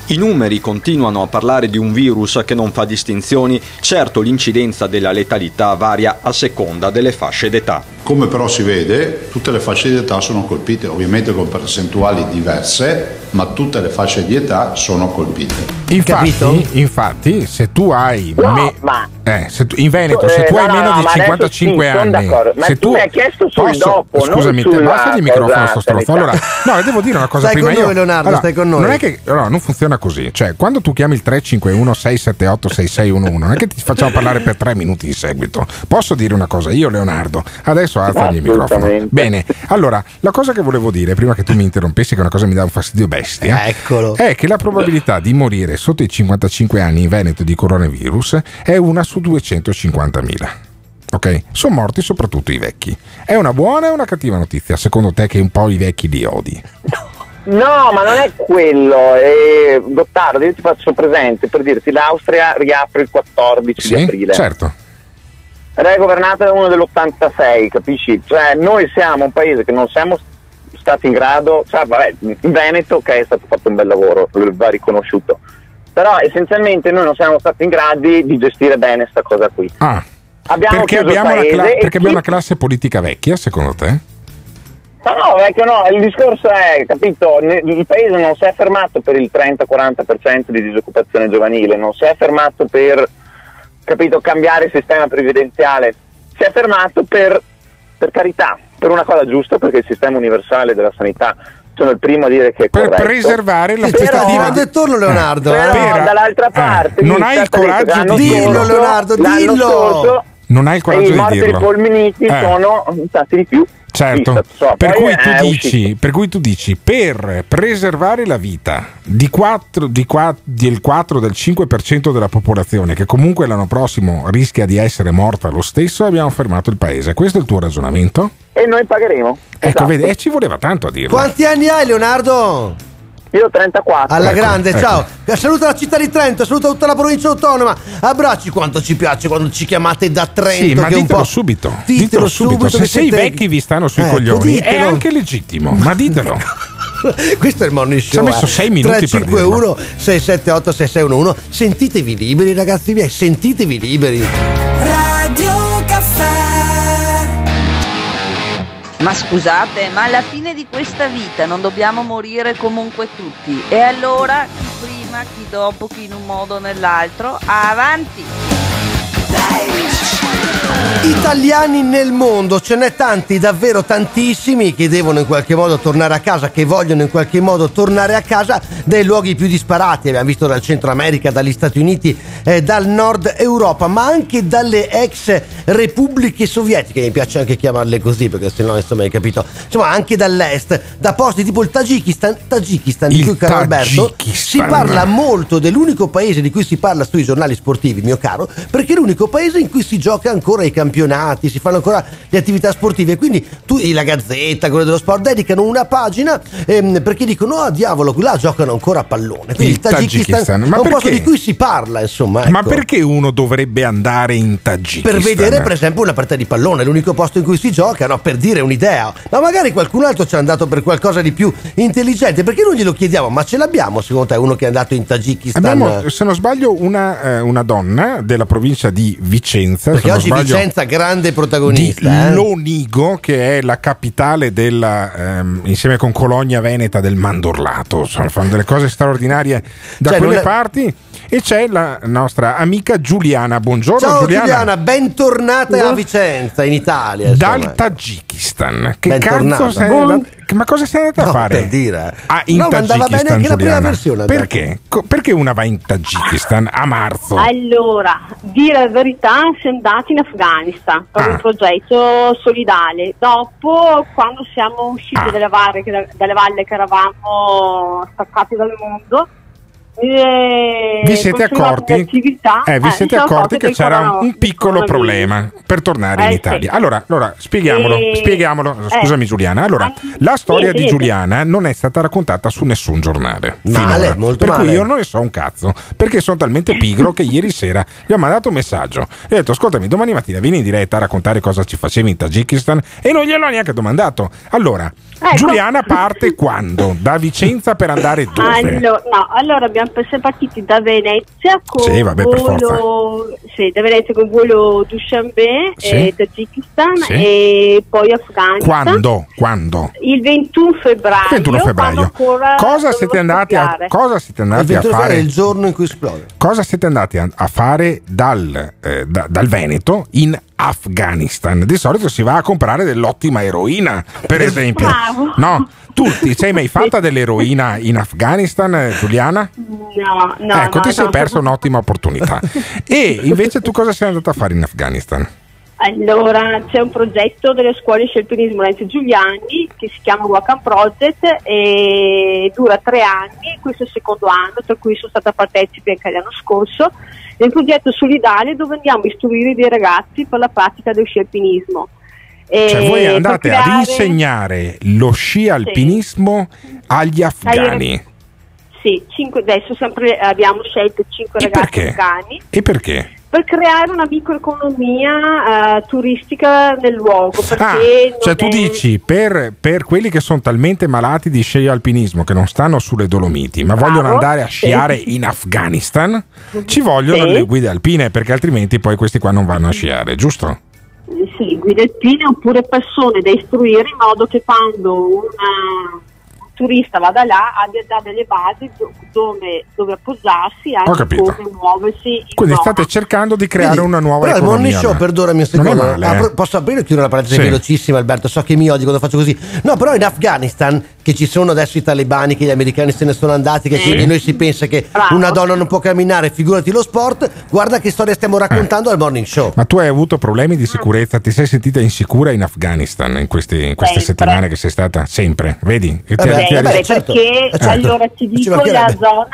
I numeri continuano a parlare di un virus che non fa distinzioni, certo l'incidenza della letalità varia a seconda delle fasce d'età. Come però si vede, tutte le fasce di età sono colpite, ovviamente con percentuali diverse, ma tutte le fasce di età sono colpite. Infatti, se tu hai in Veneto, se tu hai meno di 55 anni, ma se tu mi hai chiesto sul dopo, scusami, basta il microfono sto stronzo. Allora, no, devo dire una cosa stai prima. Con noi, Leonardo, stai con noi. Non è che non funziona così. Cioè, quando tu chiami il 351 678 6611, non è che ti facciamo parlare per 3 minuti di seguito. Posso dire una cosa? Io, Leonardo, adesso alzagli il microfono. Bene, allora, la cosa che volevo dire prima che tu mi interrompessi, che è una cosa che mi dà un fastidio bestia, è che la probabilità di morire sotto i 55 anni in Veneto di coronavirus è 1 su 250.000. Ok? Sono morti soprattutto i vecchi. È una buona o una cattiva notizia, secondo te, che un po' i vecchi li odi? No, ma non è quello. Gottardo, io ti faccio presente, per dirti, l'Austria riapre il 14 di aprile. Certo. Ed è governata da uno dell'86, capisci? Cioè, noi siamo un paese che non siamo stati in grado, in Veneto che è stato fatto un bel lavoro, va riconosciuto, però essenzialmente noi non siamo stati in grado di gestire bene questa cosa qui. Perché abbiamo una classe politica vecchia, secondo te? No, vecchio no, il discorso è, capito, il paese non si è fermato per il 30-40% di disoccupazione giovanile, non si è fermato per, capito, cambiare il sistema previdenziale, si è fermato per carità, per una cosa giusta, perché il sistema universale della sanità, sono il primo a dire che è corretto. Per preservare l'aspettativa di torno, Leonardo. Però dall'altra parte non hai il coraggio di dirlo, Leonardo, dillo. Non hai il coraggio di dirlo. I morti polmoniti sono stati di più. Certo, per cui tu dici per preservare la vita del 5% della popolazione, che comunque l'anno prossimo rischia di essere morta lo stesso, abbiamo fermato il paese. Questo è il tuo ragionamento? E noi pagheremo. Ecco, vedi, ci voleva tanto a dirlo. Quanti anni hai, Leonardo? Io ho 34. Alla grande, ciao. Saluta la città di Trento, saluta tutta la provincia autonoma. Abbracci, quanto ci piace quando ci chiamate da Trento. Sì, ma che ditelo un po'... subito. Ditelo subito. Se sei vecchi vi stanno sui coglioni, ditelo. È anche legittimo, ma ditelo. Questo è il Morning Show. Ci ha messo 6 minuti 351 678 6611. Sentitevi liberi, ragazzi miei, sentitevi liberi. Radio Caffè. Ma scusate, ma alla fine di questa vita non dobbiamo morire comunque tutti? E allora chi prima, chi dopo, chi in un modo o nell'altro, avanti! Italiani nel mondo, ce n'è tanti, davvero tantissimi, che devono in qualche modo tornare a casa, che vogliono in qualche modo tornare a casa dai luoghi più disparati. Abbiamo visto dal Centro America, dagli Stati Uniti, dal Nord Europa, ma anche dalle ex repubbliche sovietiche, mi piace anche chiamarle così perché se no insomma hai capito, insomma anche dall'est, da posti tipo il Tagikistan di cui, caro Alberto, si parla molto, dell'unico paese di cui si parla sui giornali sportivi, mio caro, perché è l'unico paese in cui si gioca ancora i campionati, si fanno ancora le attività sportive, quindi la Gazzetta, quello dello sport, dedicano una pagina perché dicono diavolo, là giocano ancora a pallone, quindi il Tagikistan è un posto di cui si parla, insomma, ecco. Ma perché uno dovrebbe andare in Tagikistan? Per vedere per esempio una partita di pallone, l'unico posto in cui si gioca, no? Per dire un'idea, ma magari qualcun altro ci è andato per qualcosa di più intelligente, perché non glielo chiediamo? Ma ce l'abbiamo secondo te uno che è andato in Tagikistan? Abbiamo, se non sbaglio, una donna della provincia di Vicenza, perché oggi Vicenza grande protagonista, di Lonigo, che è la capitale della insieme con Cologna Veneta del mandorlato, fanno delle cose straordinarie da quelle parti. E c'è la nostra amica Giuliana. Buongiorno. Ciao Giuliana, bentornata a Vicenza, in Italia. Dal Tagikistan. Che cazzo sei? Ma cosa sei andata a fare? Per dire. In no, Tagikistan, andava bene anche la prima versione. Perché? Perché una va in Tagikistan a marzo? Allora, dire la verità, siamo andati in Afghanistan per un progetto solidale. Dopo, quando siamo usciti dalle valle che eravamo staccati dal mondo, vi siete accorti che c'era un piccolo problema per tornare in Italia. Sì. Allora spieghiamolo. Scusami Giuliana. Allora, la storia di Giuliana non è stata raccontata su nessun giornale. Male, molto per male. cui io non ne so un cazzo, perché sono talmente pigro che ieri sera gli ho mandato un messaggio e ho detto: ascoltami, domani mattina vieni in diretta a raccontare cosa ci facevi in Tagikistan, e non gliel'ho neanche domandato. Allora, Giuliana parte quando? Da Vicenza per andare dove? Allora abbiamo siamo partiti da Venezia con sì, vabbè, da Venezia con volo Dushanbe, Tagikistan e poi Afghanistan. Quando? Il 21 febbraio. Cosa siete andati a fare? Il giorno in cui esplode. Cosa siete andati a fare dal Veneto in Afghanistan? Di solito si va a comprare dell'ottima eroina, per esempio. Bravo. No? Tu ti sei mai fatta dell'eroina in Afghanistan, Giuliana? No. Ecco, ti sei persa un'ottima opportunità. E invece tu cosa sei andata a fare in Afghanistan? Allora, c'è un progetto delle scuole di alpinismo Lorenzo Giuliani che si chiama Wakam Project e dura 3 anni, questo è il secondo anno, tra cui sono stata partecipe anche l'anno scorso. È un progetto solidale dove andiamo a istruire dei ragazzi per la pratica dello sci alpinismo. Cioè voi andate ad insegnare lo sci alpinismo agli afghani? Sì, adesso abbiamo scelto 5 ragazzi afghani. E perché? Per creare una microeconomia turistica nel luogo. Cioè tu dici per quelli che sono talmente malati di sci alpinismo che non stanno sulle Dolomiti ma vogliono andare a sciare in Afghanistan, ci vogliono le guide alpine, perché altrimenti poi questi qua non vanno a sciare, giusto? Sì, guide alpine oppure persone da istruire in modo che quando un turista vada là abbia già delle basi dove appoggiarsi anche come muoversi. Quindi state cercando di creare una nuova economia. Però il Morning Show, perdonami un secondo, posso aprire o chiudere una parentesi velocissima, Alberto? So che mi odi quando faccio così. No, però in Afghanistan, che ci sono adesso i talebani, che gli americani se ne sono andati, che quindi noi si pensa che una donna non può camminare, figurati lo sport. Guarda che storia stiamo raccontando al Morning Show. Ma tu hai avuto problemi di sicurezza? Ti sei sentita insicura in Afghanistan in queste settimane che sei stata? Sempre, vedi? Perché allora ti dico, la zona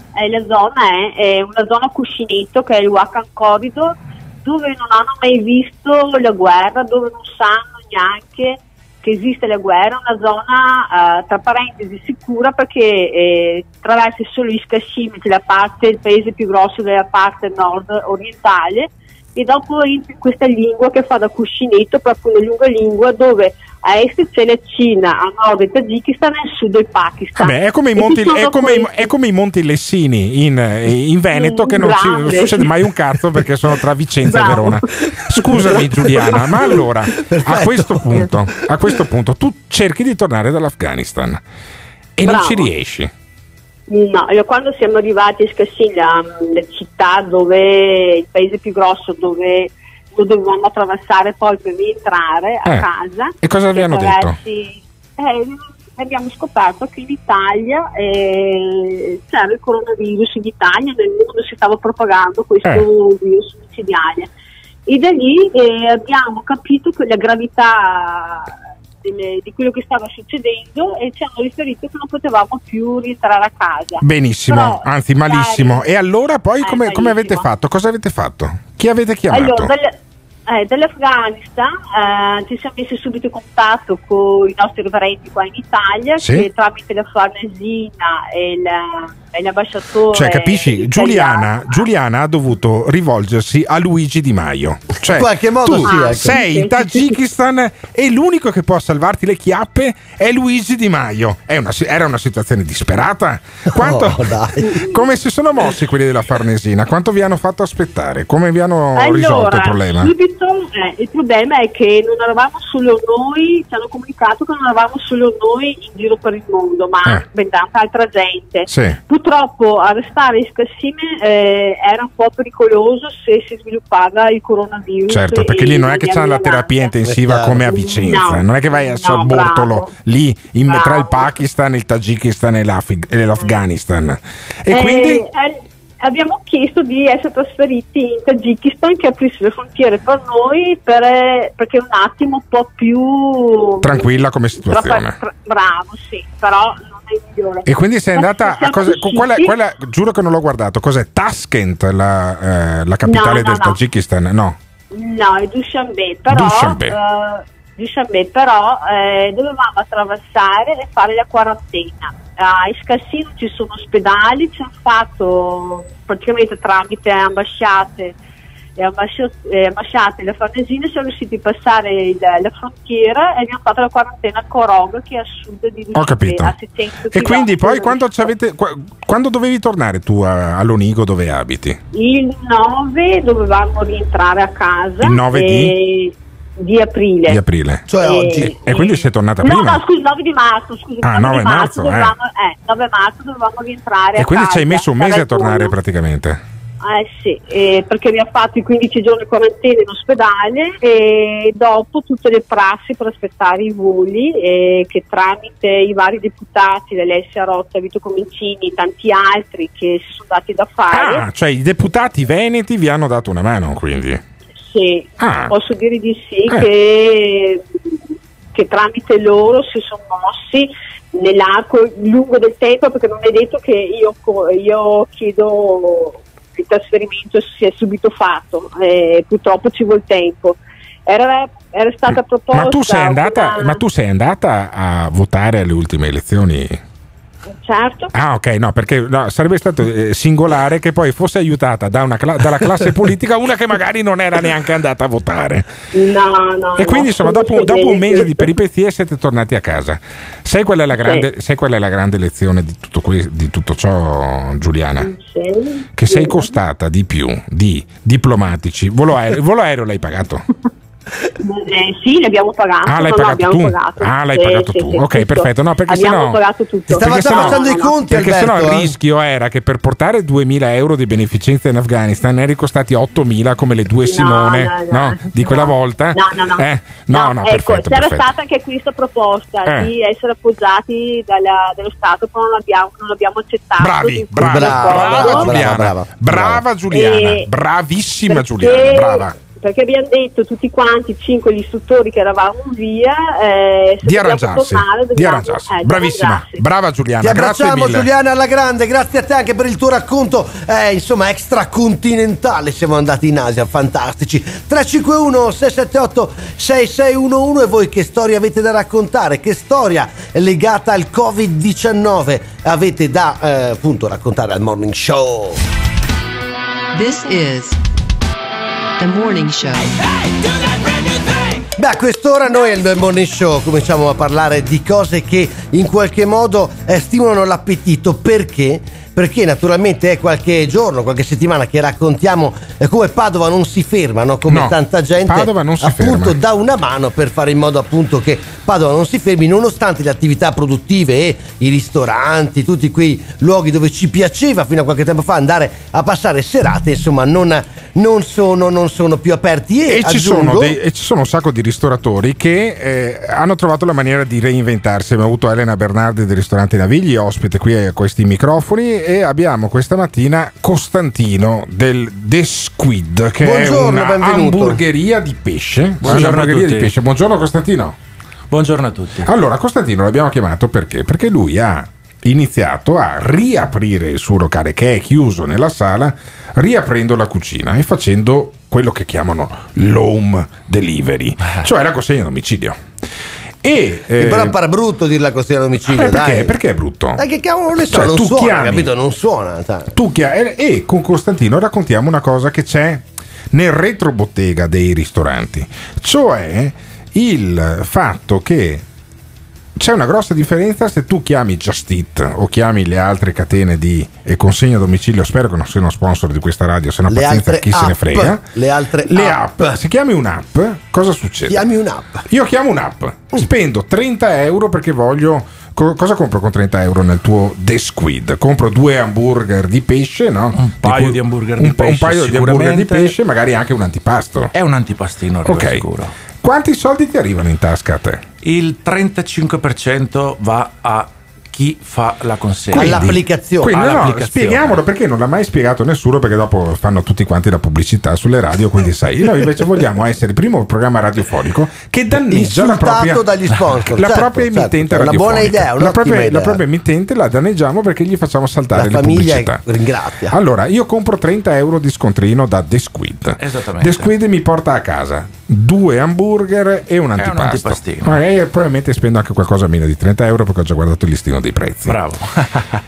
è una zona cuscinetto, che è il Wakam Corridor, dove non hanno mai visto la guerra, dove non sanno neanche che esiste la guerra, una zona tra parentesi sicura, perché attraversa solo gli scascimetri, il paese più grosso della parte nord orientale, e dopo in questa lingua che fa da cuscinetto, proprio una lunga lingua dove a est c'è la Cina, a nord il Tagikistan e a sud il Pakistan. È come i monti Lessini in Veneto, che non succede mai un cazzo perché sono tra Vicenza e Verona. Scusami Giuliana, ma allora a questo punto tu cerchi di tornare dall'Afghanistan e non ci riesci. No, quando siamo arrivati a Scassin, la città dove il paese più grosso, dove lo dovevamo attraversare poi per rientrare a casa. E cosa vi hanno detto? Abbiamo scoperto che in Italia c'era il coronavirus, in Italia nel mondo si stava propagando questo virus micidiale, e da lì abbiamo capito che la gravità di quello che stava succedendo e ci hanno riferito che non potevamo più rientrare a casa. Benissimo, anzi malissimo. E allora poi come avete fatto? Cosa avete fatto? Chi avete chiamato? Allora, dall'Afghanistan ci siamo messi subito in contatto con i nostri referenti qua in Italia, che tramite la Farnesina e l'ambasciatore. Cioè, capisci? Giuliana ha dovuto rivolgersi a Luigi Di Maio. Cioè, in qualche modo tu sei in Tagikistan e l'unico che può salvarti le chiappe è Luigi Di Maio. Era una situazione disperata. Come si sono mossi quelli della Farnesina? Quanto vi hanno fatto aspettare? Come vi hanno risolto il problema? Il problema è che non eravamo solo noi, ci hanno comunicato che non eravamo solo noi in giro per il mondo, ma ben tanta altra gente. Purtroppo a restare in Scassime era un po' pericoloso se si sviluppava il coronavirus. Certo, perché lì non è che c'è la terapia intensiva come a Vicenza, non è che vai a Bortolo lì tra il Pakistan, il Tagikistan e l'Afghanistan. E quindi abbiamo chiesto di essere trasferiti in Tagikistan, che aprisse le frontiere per noi perché è un attimo un po' più tranquilla come situazione. Bravo, sì, però non è migliore. E quindi sei andata a quella, giuro che non l'ho guardato, cos'è? Tashkent, la capitale del Tagikistan? No, è Dushanbe, però dovevamo attraversare e fare la quarantena. A Escassino ci sono ospedali, ci hanno fatto praticamente tramite ambasciate e ambasciate le Farnesine, siamo riusciti a passare la frontiera e abbiamo fatto la quarantena a Korog, che è a sud di Russia, ho capito. a 700 e quindi poi quando dovevi tornare tu a Lonigo, dove abiti? Il 9 dovevamo rientrare a casa. Il 9 di aprile. Di aprile. Cioè oggi. E quindi sei tornata prima? No, scusi, 9 di marzo. Scusi, 9 marzo. 9 marzo dovevamo rientrare e a quindi casa. ci hai messo un mese a tornare praticamente? Sì, perché abbiamo fatto i 15 giorni di quarantena in ospedale e dopo tutte le prassi per aspettare i voli che tramite i vari deputati, Alessia Rotta, Vito Comincini, tanti altri che si sono dati da fare. Cioè i deputati veneti vi hanno dato una mano, quindi? Sì, posso dire di sì, che tramite loro si sono mossi nell'arco lungo del tempo, perché non è detto che io chiedo il trasferimento sia subito fatto, purtroppo ci vuole tempo. Era stata proposta. Ma tu sei andata a votare alle ultime elezioni? Certo. Ok, no, perché sarebbe stato singolare che poi fosse aiutata dalla classe politica una che magari non era neanche andata a votare. No. E quindi insomma dopo un mese di peripezie siete tornati a casa. Sai qual è la grande lezione di tutto ciò, Giuliana? Sì. Che sei costata di più di diplomatici. Volo aereo l'hai pagato? Sì, l'abbiamo pagato. L'hai pagato tu? L'hai pagato tu. Ok, tutto. perfetto. No, perché abbiamo pagato tutto. Stava facendo i conti, perché Alberto, sennò il rischio era che per portare 2.000 euro di beneficenza in Afghanistan ne eri costati 8.000 come le due Simone di quella volta. No, perfetto, c'era stata anche questa proposta di essere appoggiati dallo Stato, però non l'abbiamo accettato. Brava Giuliana, bravissima Giuliana, brava. Perché abbiamo detto tutti quanti, 5 gli istruttori che eravamo via, di arrangiarsi. Bravissima, brava Giuliana. Ti abbracciamo, Giuliana, alla grande, grazie a te anche per il tuo racconto extracontinentale. Siamo andati in Asia, fantastici. 351 678 6611. E voi che storia avete da raccontare? Che storia legata al Covid-19 avete da appunto raccontare al Morning Show? This is The Morning Show. Beh, a quest'ora noi al Morning Show cominciamo a parlare di cose che in qualche modo stimolano l'appetito. Perché naturalmente è qualche giorno, qualche settimana che raccontiamo come Padova non si ferma, no? Come tanta gente appunto dà una mano per fare in modo appunto che Padova non si fermi, nonostante le attività produttive e i ristoranti, tutti quei luoghi dove ci piaceva fino a qualche tempo fa andare a passare serate, insomma non sono più aperti e ci sono un sacco di ristoratori che hanno trovato la maniera di reinventarsi. Abbiamo avuto Elena Bernardi del ristorante Navigli ospite qui a questi microfoni, e abbiamo questa mattina Costantino del The Squid, che buongiorno, è una benvenuto. Hamburgeria di pesce. Buongiorno a tutti. Buongiorno Costantino. Buongiorno a tutti. Allora, Costantino l'abbiamo chiamato perché lui ha iniziato a riaprire il suo locale che è chiuso nella sala, riaprendo la cucina e facendo quello che chiamano l'home delivery, cioè la consegna a domicilio. Però appare brutto dirla così a domicilio, perché è brutto? Che cavolo ne so, cioè, non suona, chiami, capito? Non suona. E con Costantino raccontiamo una cosa che c'è nel retrobottega dei ristoranti, cioè il fatto che c'è una grossa differenza se tu chiami Just Eat o chiami le altre catene di consegna a domicilio. Spero che non siano sponsor di questa radio, se no pazienza, chi se ne frega. Le app. Se chiami un'app, cosa succede? Chiami un'app. Io chiamo un'app, spendo 30 euro perché voglio. Cosa compro con 30 euro nel tuo The Squid? Compro 2 hamburger di pesce, no? Un paio di hamburger di pesce. Un paio di hamburger di pesce, magari anche un antipasto. È un antipastino, sicuro. Quanti soldi ti arrivano in tasca a te? Il 35% va a chi fa la consegna. All'applicazione. Spieghiamolo, perché non l'ha mai spiegato nessuno, perché dopo fanno tutti quanti la pubblicità sulle radio, quindi sai, noi invece vogliamo essere il primo programma radiofonico che danneggia la propria dagli sponsor, propria emittente radiofonica. Una buona idea, la propria emittente la danneggiamo perché gli facciamo saltare la le pubblicità. Ringrazia. Allora, io compro 30 euro di scontrino da The Squid. Esattamente. The Squid mi porta a casa 2 hamburger e un antipasto. Probabilmente spendo anche qualcosa meno di 30 euro perché ho già guardato il listino dei prezzi. Bravo.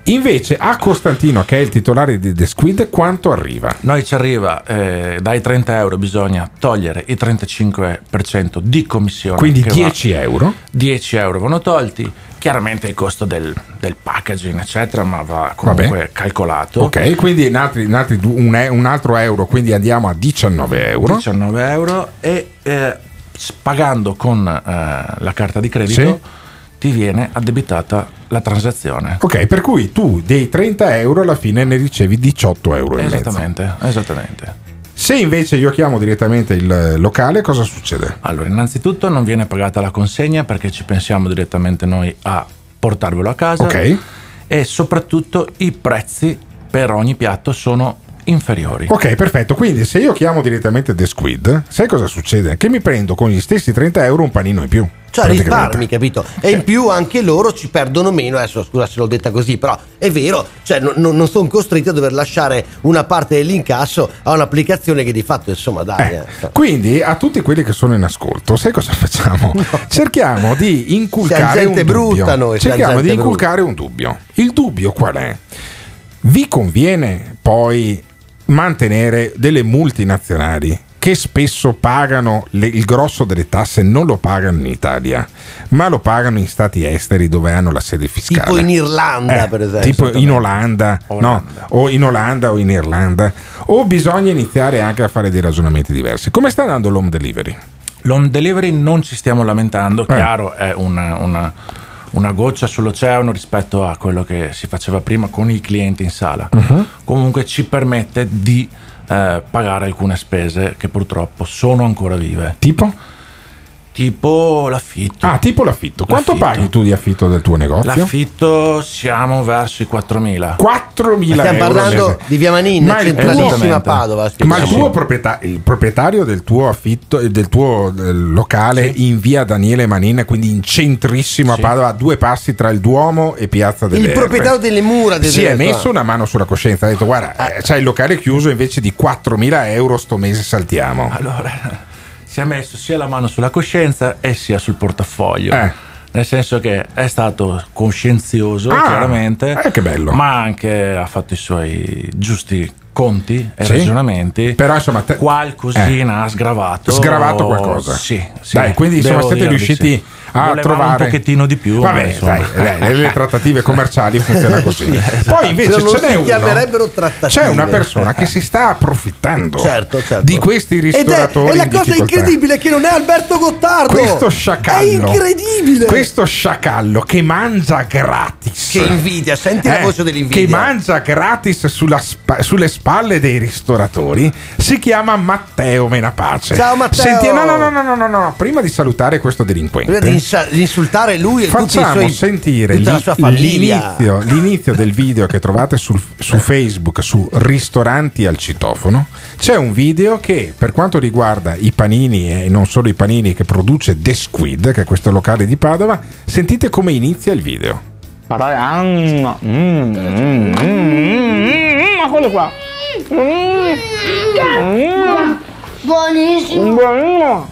Invece a Costantino, che è il titolare di The Squid, quanto arriva? Noi ci arriva dai 30 euro, bisogna togliere il 35% di commissione. Quindi 10 euro? 10 euro vanno tolti. Chiaramente il costo del packaging, eccetera, ma va comunque calcolato. Ok, quindi un altro euro, quindi andiamo a 19 euro. 19 euro e pagando con la carta di credito ti viene addebitata la transazione. Ok, per cui tu dei 30 euro alla fine ne ricevi 18 euro. Esattamente. Se invece io chiamo direttamente il locale, cosa succede? Allora, innanzitutto non viene pagata la consegna perché ci pensiamo direttamente noi a portarvelo a casa. Ok. E soprattutto i prezzi per ogni piatto sono inferiori. Ok, perfetto. Quindi se io chiamo direttamente The Squid, sai cosa succede? Che mi prendo con gli stessi 30 euro un panino in più. Cioè risparmi, capito? E in più anche loro ci perdono meno. Adesso scusa se l'ho detta così, però è vero, cioè non sono costretti a dover lasciare una parte dell'incasso a un'applicazione che di fatto insomma dai. Quindi a tutti quelli che sono in ascolto, sai cosa facciamo? Cerchiamo di inculcare un dubbio. Cerchiamo di inculcare un dubbio. Il dubbio qual è? Vi conviene poi mantenere delle multinazionali che spesso pagano il grosso delle tasse, non lo pagano in Italia, ma lo pagano in stati esteri dove hanno la sede fiscale. Tipo in Irlanda, per esempio. Tipo in Olanda, no? O in Olanda o in Irlanda. O bisogna iniziare anche a fare dei ragionamenti diversi. Come sta andando l'home delivery? L'home delivery non ci stiamo lamentando, chiaro, è una goccia sull'oceano rispetto a quello che si faceva prima con i clienti in sala. Comunque ci permette di pagare alcune spese che purtroppo sono ancora vive. Tipo l'affitto. Tipo l'affitto. Quanto paghi tu di affitto del tuo negozio? L'affitto siamo verso i 4.000. 4.000 Stiamo parlando di Via Manin, centralissima Padova. Ma il tuo il proprietario del tuo affitto e del tuo locale in via Daniele Manin, quindi in centrissimo a Padova, a 2 passi tra il Duomo e Piazza delle Il proprietario delle mura si è messo una mano sulla coscienza, ha detto guarda, c'hai il locale chiuso, invece di 4.000 euro sto mese saltiamo. Allora si è messo sia la mano sulla coscienza e sia sul portafoglio. Nel senso che è stato coscienzioso, chiaramente, che bello. Ma anche ha fatto i suoi giusti conti e ragionamenti. Però insomma qualcosina ha sgravato qualcosa. Sì. Dai, quindi insomma siete riusciti a trovare un pochettino di più. Vabbè, dai, le trattative commerciali funzionano così. Poi invece c'è una persona che si sta approfittando di questi ristoratori. E la cosa incredibile è che non è Alberto Gottardo. Questo sciacallo. È incredibile. Questo sciacallo che mangia gratis. Che invidia, senti la voce dell'invidia. Che mangia gratis sulle spalle dei ristoratori. Si chiama Matteo Menapace. Ciao Matteo. Senti, no. Prima di salutare questo delinquente, di insultare lui e facciamo sentire l'inizio del video che trovate su Facebook, su Ristoranti al Citofono. C'è un video che, per quanto riguarda i panini e non solo i panini, che produce The Squid, che è questo locale di Padova, sentite come inizia il video. Ma quello qua buonissimo.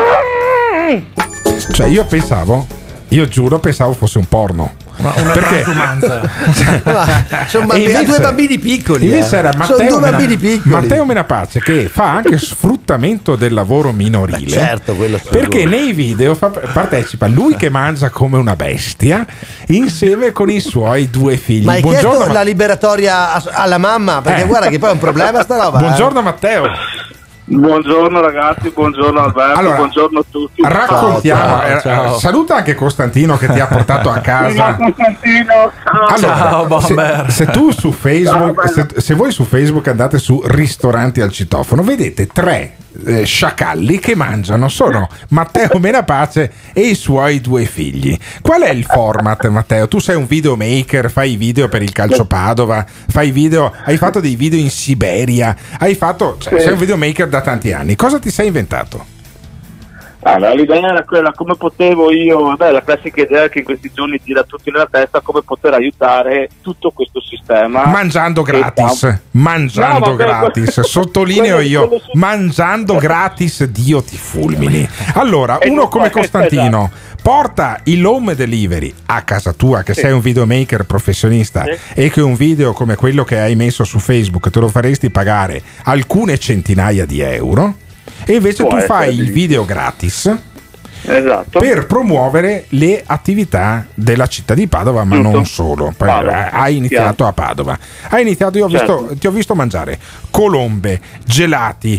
Cioè io giuro pensavo fosse un porno. Perché sono due bambini piccoli. Invece era Matteo Menapace, che fa anche sfruttamento del lavoro minorile. Certo, quello perché nei video partecipa lui che mangia come una bestia insieme con i suoi 2 figli. Ma hai chiesto la liberatoria alla mamma? Perché guarda che poi è un problema sta roba. Buongiorno Matteo. Buongiorno ragazzi, buongiorno Alberto, allora, buongiorno a tutti. Raccontiamo, ciao. Saluta anche Costantino che ti ha portato a casa. Ciao Costantino, allora, se tu su Facebook, se voi su Facebook andate su Ristoranti al Citofono, vedete 3 sciacalli che mangiano, sono Matteo Menapace e i suoi 2 figli. Qual è il format, Matteo? Tu sei un videomaker, fai video per il Calcio Padova, hai fatto dei video in Siberia, sei un videomaker da tanti anni. Cosa ti sei inventato? Allora, l'idea era quella, come potevo io, la classica idea che in questi giorni gira tutti nella testa, come poter aiutare tutto questo sistema mangiando gratis, sottolineo mangiando gratis, Dio ti fulmini. Allora, uno come Costantino porta il home delivery a casa tua, che sei un videomaker professionista e che un video come quello che hai messo su Facebook te lo faresti pagare alcune centinaia di euro, e invece tu fai il video gratis per promuovere le attività della città di Padova, ma non solo. Hai iniziato a Padova, io ti ho visto mangiare colombe, gelati,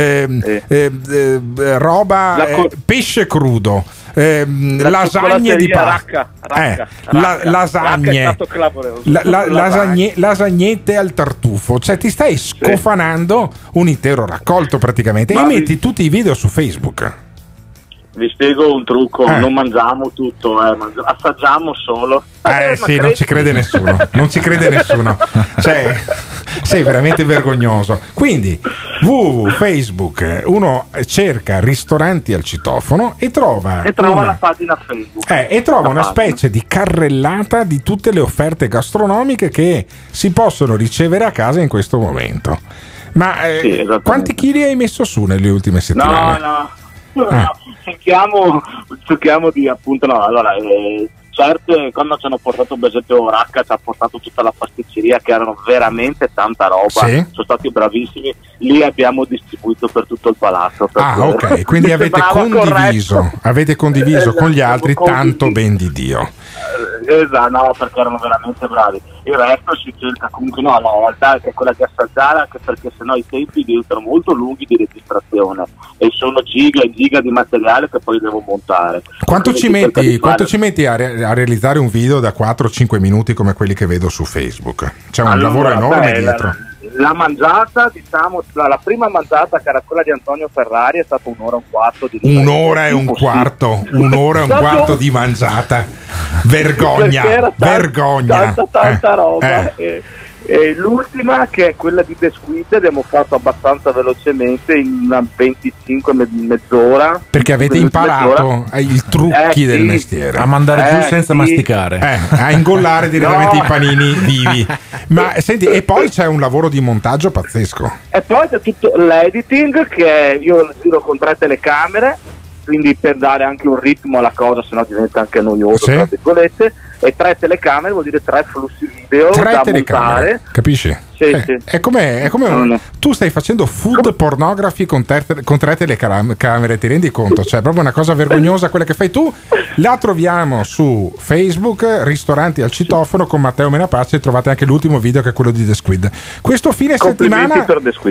roba, pesce crudo, lasagne di pasta, lasagnette al tartufo, cioè ti stai scofanando un intero raccolto praticamente, e metti tutti i video su Facebook. Vi spiego un trucco, non mangiamo tutto, assaggiamo solo. Sì, non ci crede nessuno, cioè, sei veramente vergognoso. Quindi Facebook, uno cerca ristoranti al citofono e trova la pagina Facebook e trova una specie di carrellata di tutte le offerte gastronomiche che si possono ricevere a casa in questo momento. Ma quanti chili hai messo su nelle ultime settimane? Cerchiamo di appunto certe, quando ci hanno portato per esempio Racca ci ha portato tutta la pasticceria, che erano veramente tanta roba, sono stati bravissimi, lì abbiamo distribuito per tutto il palazzo. Ok, quindi avete condiviso con gli altri, tanto ben di Dio. Esatto, no, perché erano veramente bravi. Il resto si cerca comunque, la realtà è quella di assaggiare, anche perché sennò i tempi diventano molto lunghi di registrazione e sono giga e giga di materiale che poi devo montare. Quanto ci metti a realizzare un video da 4-5 minuti come quelli che vedo su Facebook? C'è un lavoro enorme dietro. La mangiata, diciamo, la prima mangiata, che era quella di Antonio Ferrari, è stata 1 ora e un quarto di un'ora e un quarto di mangiata. Vergogna. Tanta roba. E l'ultima, che è quella di The Squid, abbiamo fatto abbastanza velocemente in una 25 mezz'ora, perché avete imparato i trucchi del mestiere, a mandare giù senza masticare, a ingollare direttamente i panini vivi. Ma senti, e poi c'è un lavoro di montaggio pazzesco, e poi c'è tutto l'editing, che io lo giro con 3 telecamere, quindi per dare anche un ritmo alla cosa, sennò diventa anche noioso, tra virgolette. E 3 telecamere vuol dire 3 flussi video 3 da telecamere, montare. capisci? Sì. È come tu stai facendo food pornography con 3 telecamere, ti rendi conto? Cioè, è proprio una cosa vergognosa quella che fai tu. La troviamo su Facebook, Ristoranti al Citofono con Matteo Menapace, e trovate anche l'ultimo video, che è quello di The Squid. Questo fine settimana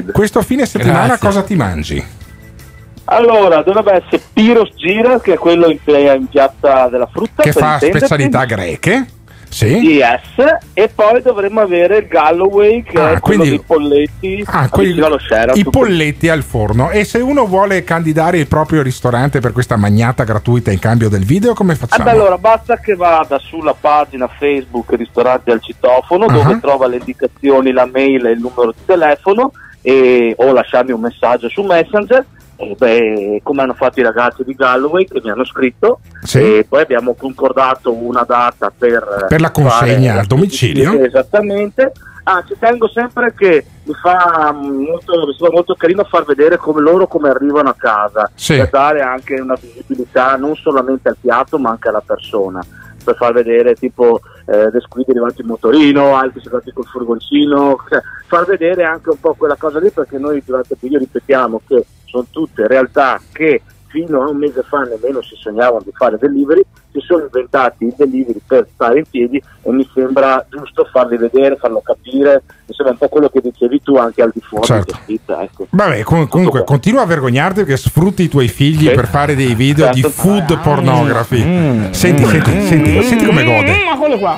cosa ti mangi? Allora, dovrebbe essere Piros Gira, che è quello in piazza della frutta, che fa specialità greche. Sì. Yes, e poi dovremmo avere il Galloway, che è quello dei polletti, i polletti al forno. E se uno vuole candidare il proprio ristorante per questa magnata gratuita in cambio del video, come facciamo? Allora, basta che vada sulla pagina Facebook Ristoranti al Citofono, dove trova le indicazioni, la mail e il numero di telefono, o lasciarmi un messaggio su Messenger. Come hanno fatto i ragazzi di Galloway che mi hanno scritto, e poi abbiamo concordato una data per la consegna al domicilio. Esattamente. Ci tengo sempre che mi fa molto carino far vedere come arrivano a casa, per dare anche una visibilità non solamente al piatto ma anche alla persona, per far vedere tipo The Squid arrivati in motorino, altri sono arrivati col furgoncino, far vedere anche un po' quella cosa lì, perché noi durante il video ripetiamo che sono tutte realtà che fino a un mese fa nemmeno si sognavano di fare delivery, si sono inventati i delivery per stare in piedi, e mi sembra giusto farli vedere, farlo capire, mi sembra un po' quello che dicevi tu anche al di fuori di ecco. Vabbè, comunque continua a vergognarti, perché sfrutti i tuoi figli per fare dei video di food pornography. Senti come gode. Ma quello qua.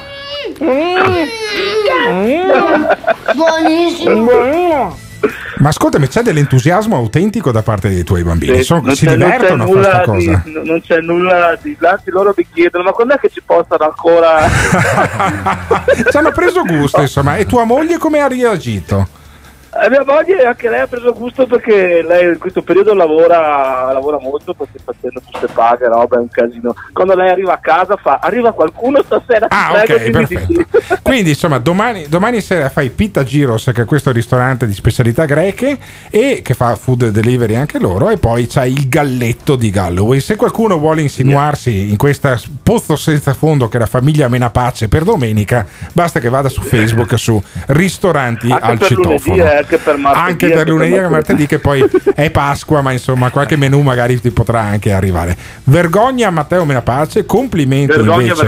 Buonissimo. Ma ascoltami, c'è dell'entusiasmo autentico da parte dei tuoi bambini, si divertono a questa cosa. Non c'è nulla di anzi, loro mi chiedono: ma quando è che ci possono ancora? Ci hanno preso gusto, insomma. E tua moglie come ha reagito? Mia moglie anche lei ha preso gusto perché lei in questo periodo lavora molto, perché facendo queste paghe, roba, è un casino. Quando lei arriva a casa arriva qualcuno stasera? Ok, perfetto. Quindi insomma domani sera fai Pita Gyros, che è questo ristorante di specialità greche e che fa food delivery anche loro, e poi c'hai il galletto di Galloway. Se qualcuno vuole insinuarsi in questa pozzo senza fondo che è la famiglia Menapace per domenica, basta che vada su Facebook su ristoranti anche al per citofono, lunedì, anche per martedì, anche per lunedì e martedì, che poi è Pasqua, ma insomma qualche menù magari ti potrà anche arrivare. Vergogna a Matteo Menapace, complimenti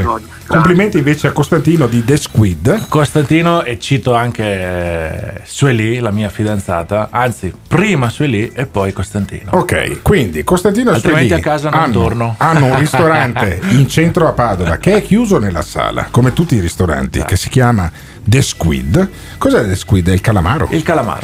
invece a Costantino di The Squid. Costantino, e cito anche Sueli, la mia fidanzata, anzi prima Sueli e poi Costantino. Ok, quindi Costantino e altrimenti Sueli a casa non torno. Hanno un ristorante in centro a Padova che è chiuso nella sala, come tutti i ristoranti, che si chiama The Squid. Cos'è The Squid? È il calamaro? Il calamaro.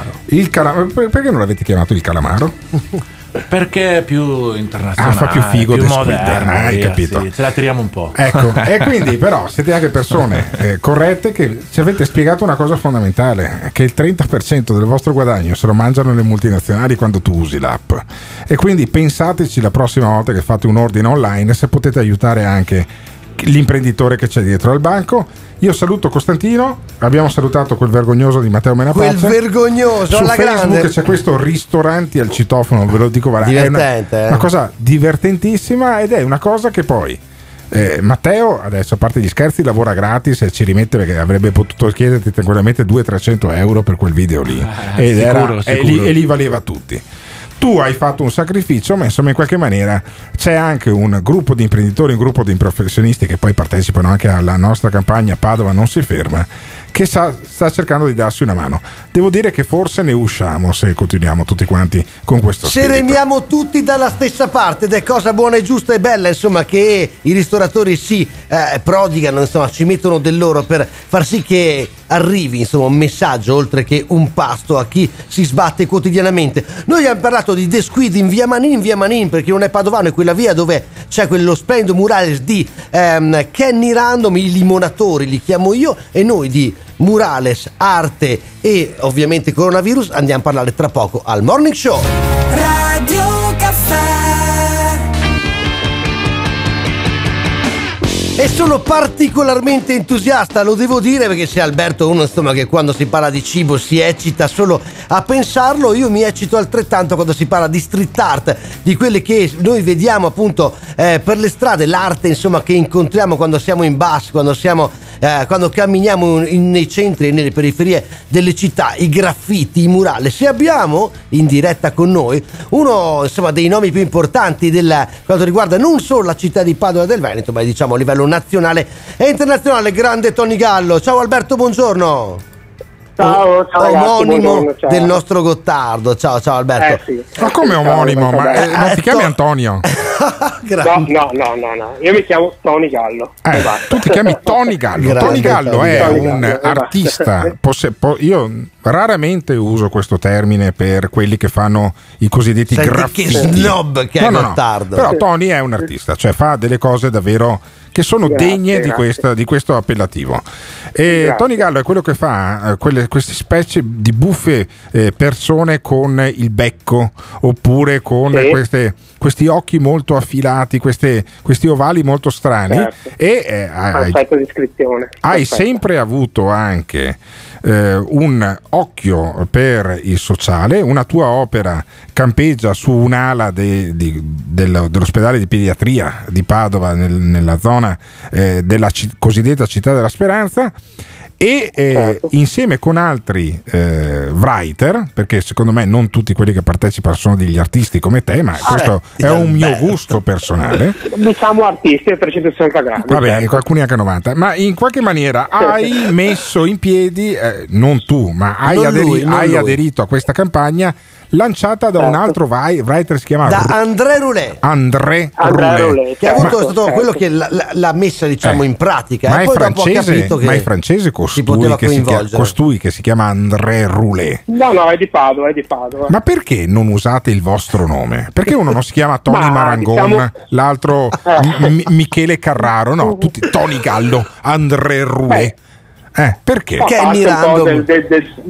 Perché non l'avete chiamato il calamaro? Perché è più internazionale, fa più figo, più moderno, hai capito? Sì, ce la tiriamo un po'. Ecco, e quindi però siete anche persone corrette, che ci avete spiegato una cosa fondamentale, che il 30% del vostro guadagno se lo mangiano le multinazionali quando tu usi l'app, e quindi pensateci la prossima volta che fate un ordine online se potete aiutare anche l'imprenditore che c'è dietro al banco. Io saluto Costantino, abbiamo salutato quel vergognoso di Matteo Menapace. Quel vergognoso, su alla Facebook grande. c'è questo ristoranti al citofono, ve lo dico, divertente, è una cosa divertentissima, ed è una cosa che poi Matteo adesso, a parte gli scherzi, lavora gratis e ci rimette, perché avrebbe potuto chiederti tranquillamente 200-300 euro per quel video lì, sicuro. E lì valeva tutti. Tu hai fatto un sacrificio, ma insomma in qualche maniera c'è anche un gruppo di imprenditori, un gruppo di professionisti che poi partecipano anche alla nostra campagna Padova non si ferma, che sta cercando di darsi una mano. Devo dire che forse ne usciamo se continuiamo tutti quanti con questo spirito. Se remiamo tutti dalla stessa parte, ed è cosa buona e giusta e bella, insomma, che i ristoratori si prodigano, insomma, ci mettono del loro per far sì che arrivi, insomma, un messaggio oltre che un pasto a chi si sbatte quotidianamente. Noi abbiamo parlato di The Squid in via Manin, perché non è padovano, è quella via dove c'è quello splendido murales di Kenny Random, i limonatori li chiamo io, e noi di murales, arte e ovviamente coronavirus andiamo a parlare tra poco al Morning Show. Radio Caffè. E sono particolarmente entusiasta, lo devo dire, perché se Alberto uno, insomma, che quando si parla di cibo si eccita solo a pensarlo, io mi eccito altrettanto quando si parla di street art, di quelle che noi vediamo appunto per le strade, l'arte, insomma, che incontriamo quando siamo in bus, quando camminiamo nei centri e nelle periferie delle città, i graffiti, i murales. Se abbiamo in diretta con noi uno, insomma, dei nomi più importanti quanto riguarda non solo la città di Padova del Veneto, ma diciamo a livello nazionale e internazionale, grande Tony Gallo. Ciao Alberto, buongiorno. Ciao ragazzi, omonimo del nostro Gottardo. Ciao Alberto. Sì. Ma come omonimo? Ma non ti chiami Antonio? No, io mi chiamo Tony Gallo. Tu ti chiami Tony Gallo. Tony Gallo è un artista. Io raramente uso questo termine per quelli che fanno i cosiddetti graffiti. Che snob che è Gottardo. Però Tony è un artista, cioè fa delle cose davvero che sono degne di questo appellativo. E Tony Gallo è quello che fa queste specie di buffe persone con il becco, oppure con questi occhi molto affilati, questi ovali molto strani. Certo. E perfetta descrizione. Hai sempre avuto anche un occhio per il sociale. Una tua opera campeggia su un'ala dell'ospedale di pediatria di Padova, nella zona della cosiddetta Città della Speranza, e insieme con altri writer, perché secondo me non tutti quelli che partecipano sono degli artisti come te, ma questo è un mio gusto personale, diciamo artisti a 360 gradi. Va bene, alcuni anche a 90, ma in qualche maniera hai messo in piedi, non tu, ma hai aderito a questa campagna lanciata da un altro writer, si chiama André Roulet, che ha avuto stato quello che l'ha messa, diciamo, in pratica. Ma e poi dopo ha capito che ma è francese costui che si chiama André Roulet? No, è di Padova. Ma perché non usate il vostro nome? Perché uno non si chiama Tony Marangon, l'altro Michele Carraro? No, tutti Tony Gallo, André Roulet. Perché? Kenny Random.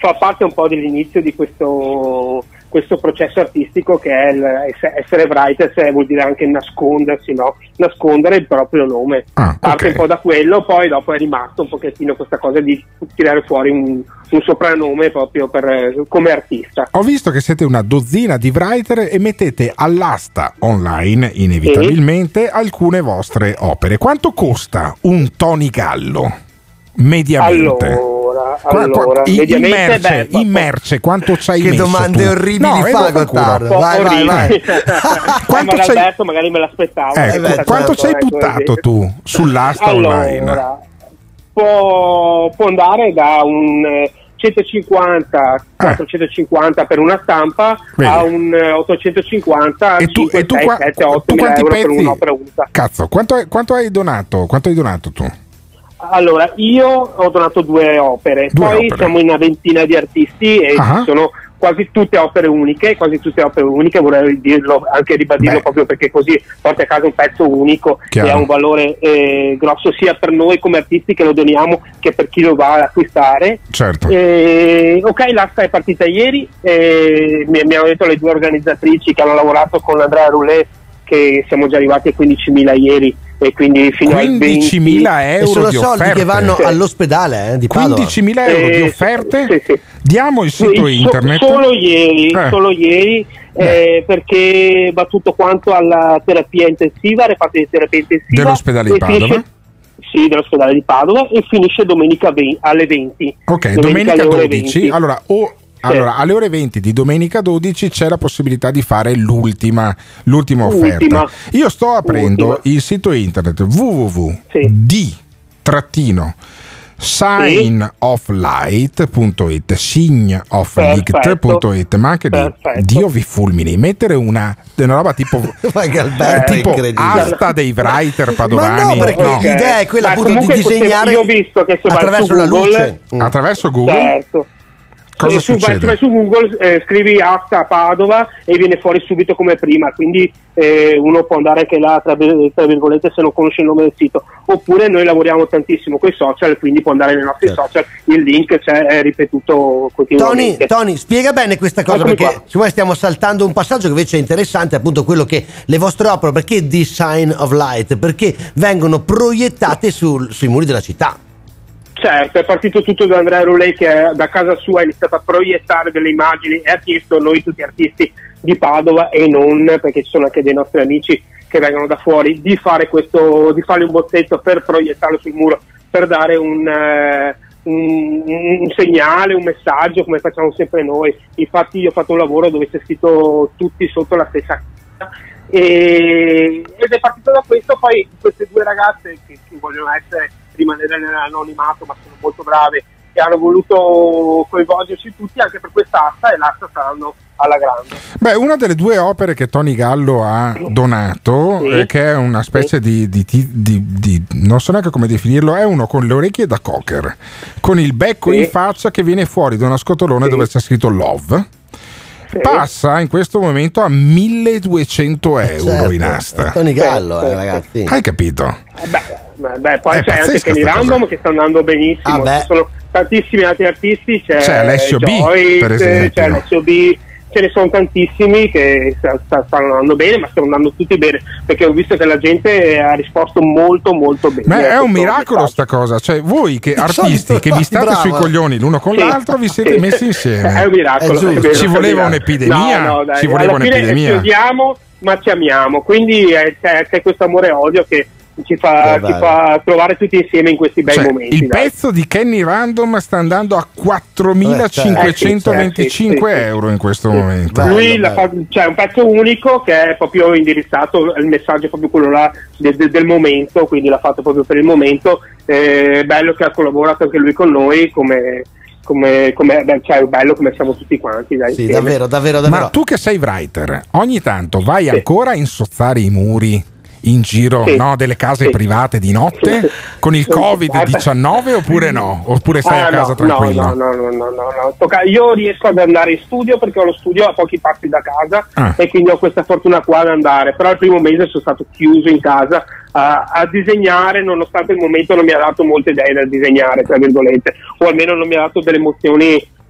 fa parte un po' dell'inizio di questo processo artistico che è essere writer, vuol dire anche nascondersi, no? Nascondere il proprio nome. Parte un po' da quello, poi dopo è rimasto un pochettino questa cosa di tirare fuori un soprannome proprio come artista. Ho visto che siete una dozzina di writer e mettete all'asta online inevitabilmente alcune vostre opere. Quanto costa un Tony Gallo mediamente? Allora, in merce quanto ci hai che messo? Che domande tu? orribili fa Gottardo. Vai. Quanto c'hai... Alberto magari me l'aspettavo. Quanto ci hai buttato tu sull'asta online? Può andare da un 150 450 per una stampa a un 850 e tu 5, 6, 7, 8 mila euro per un'opera unica. Cazzo, quanto hai donato? Quanto hai donato tu? Allora, io ho donato 2 opere, poi siamo in una ventina di artisti e ci sono quasi tutte opere uniche, vorrei dirlo, anche ribadirlo proprio perché così porti a casa un pezzo unico che ha un valore grosso sia per noi come artisti che lo doniamo che per chi lo va ad acquistare. Certo. Ok, l'asta è partita ieri, mi hanno detto le 2 organizzatrici che hanno lavorato con Andrea Roulet che siamo già arrivati a 15.000 ieri e quindi fino a 15.000 euro sono di soldi offerte che vanno all'ospedale di Padova. 15.000 euro di offerte? Sì. Diamo il sito internet. Solo ieri perché va tutto quanto alla terapia intensiva, reparto di terapia intensiva dell'ospedale di Padova. Sì, dell'ospedale di Padova e finisce domenica alle 20. Ok, domenica 12. Allora, alle ore 20 di domenica 12 c'è la possibilità di fare l'ultima offerta. Io sto aprendo il sito internet signoflight.it, ma anche lì Dio vi fulmini, mettere una roba tipo asta dei writer padovani. Ma no, perché l'idea è quella appunto di disegnare io ho visto che se attraverso la luce. Attraverso Google? Certo. Cosa succede? Vai su Google, scrivi asta Padova e viene fuori subito come prima, quindi uno può andare anche là tra virgolette se non conosce il nome del sito, oppure noi lavoriamo tantissimo con i social, quindi può andare nei nostri social, il link c'è ripetuto continuamente. Tony, spiega bene questa cosa perché stiamo saltando un passaggio che invece è interessante, appunto quello che le vostre opere, perché Design of Light, perché vengono proiettate sui muri della città. Certo, è partito tutto da Andrea Roulet che da casa sua ha iniziato a proiettare delle immagini e ha chiesto a noi tutti artisti di Padova e non, perché ci sono anche dei nostri amici che vengono da fuori, di fare un bozzetto per proiettarlo sul muro, per dare un segnale, un messaggio come facciamo sempre noi. Infatti io ho fatto un lavoro dove c'è scritto tutti sotto la stessa cosa ed è partito da questo. Poi queste 2 ragazze che vogliono rimanere nell'anonimato ma sono molto brave e hanno voluto coinvolgerci tutti anche per quest'asta e l'asta saranno alla grande. Beh, una delle 2 opere che Tony Gallo ha donato che è una specie di non so neanche come definirlo, è uno con le orecchie da cocker, con il becco in faccia che viene fuori da una scatolone dove c'è scritto Love. Passa in questo momento a 1.200 euro in asta. Tony Gallo, ragazzi. Hai capito? Beh, poi c'è anche Kenny Random che sta andando benissimo. Ci sono tantissimi altri artisti. C'è Alessio Joyce, B, per esempio. C'è Alessio B. Ce ne sono tantissimi che stanno andando bene, ma stanno andando tutti bene, perché ho visto che la gente ha risposto molto molto bene. Ma è un miracolo sta cosa, cioè voi che artisti che vi state sui coglioni l'uno con l'altro vi siete messi insieme. È un miracolo. Ci voleva un'epidemia. No, dai, ci voleva alla fine un'epidemia. Ci odiamo, ma ci amiamo, quindi c'è questo amore e odio che ci fa trovare tutti insieme in questi bei momenti. Il pezzo di Kenny Random sta andando a 4.525 euro in questo momento. Lui c'è un pezzo unico che è proprio indirizzato, il messaggio è proprio quello là del momento, quindi l'ha fatto proprio per il momento. Bello che ha collaborato anche lui con noi è bello come siamo tutti quanti, dai. Sì, davvero. Ma tu che sei writer, ogni tanto vai ancora a insozzare i muri in giro delle case private di notte con il Covid-19 oppure no? Oppure stai a casa tranquillo? No. Io riesco ad andare in studio perché ho lo studio a pochi passi da casa e quindi ho questa fortuna qua ad andare, però il primo mese sono stato chiuso in casa a disegnare, nonostante il momento non mi ha dato molte idee da disegnare, tra virgolette, o almeno non mi ha dato delle emozioni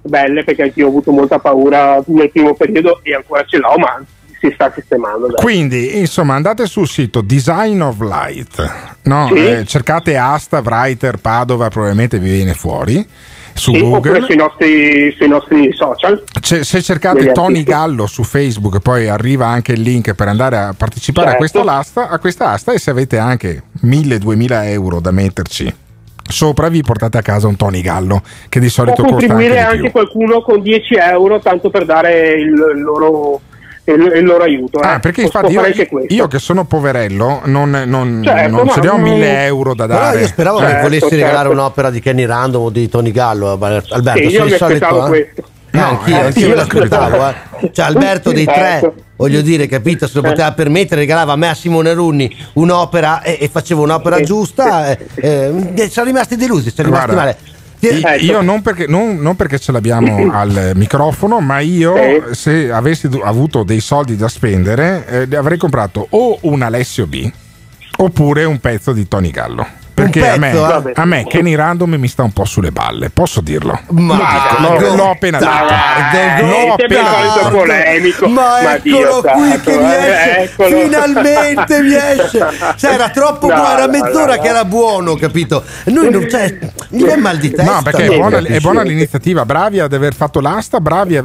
belle, perché anch'io ho avuto molta paura nel primo periodo e ancora ce l'ho, ma si sta sistemando. Dai. Quindi, insomma, andate sul sito Design of Light, no? Sì. Cercate Asta, Writer, Padova, probabilmente vi viene fuori. Su sì, Google, oppure sui nostri social. Se cercate Tony Gallo su Facebook, poi arriva anche il link per andare a partecipare a questa asta, e se avete anche 1.000-2.000 euro da metterci sopra, vi portate a casa un Tony Gallo, che di solito costa contribuire anche di più. Qualcuno con 10 euro tanto per dare il loro aiuto. Perché infatti io che sono poverello non ce ne ho 1.000 euro da dare. Però io speravo che volessi regalare un'opera di Kenny Random o di Tony Gallo, Alberto. Sì, io mi aspettavo questo. Anch'io me l'aspettavo. Cioè Alberto dei tre, voglio dire, capito, se lo poteva permettere, regalava a me, a Simone Runni, un'opera e faceva un'opera giusta, siamo rimasti delusi, siamo rimasti male. Io non perché ce l'abbiamo al microfono, ma io se avessi avuto dei soldi da spendere avrei comprato o un Alessio B oppure un pezzo di Tony Gallo. Perché a me Kenny Random mi sta un po' sulle balle, posso dirlo? L'ho appena detto. Polemico. Ma eccolo qui che mi esce, finalmente mi esce. Cioè, era troppo buono, era mezz'ora che era buono, capito? Noi non gli è mal di testa. No, perché è buona l'iniziativa, bravi ad aver fatto l'asta, bravi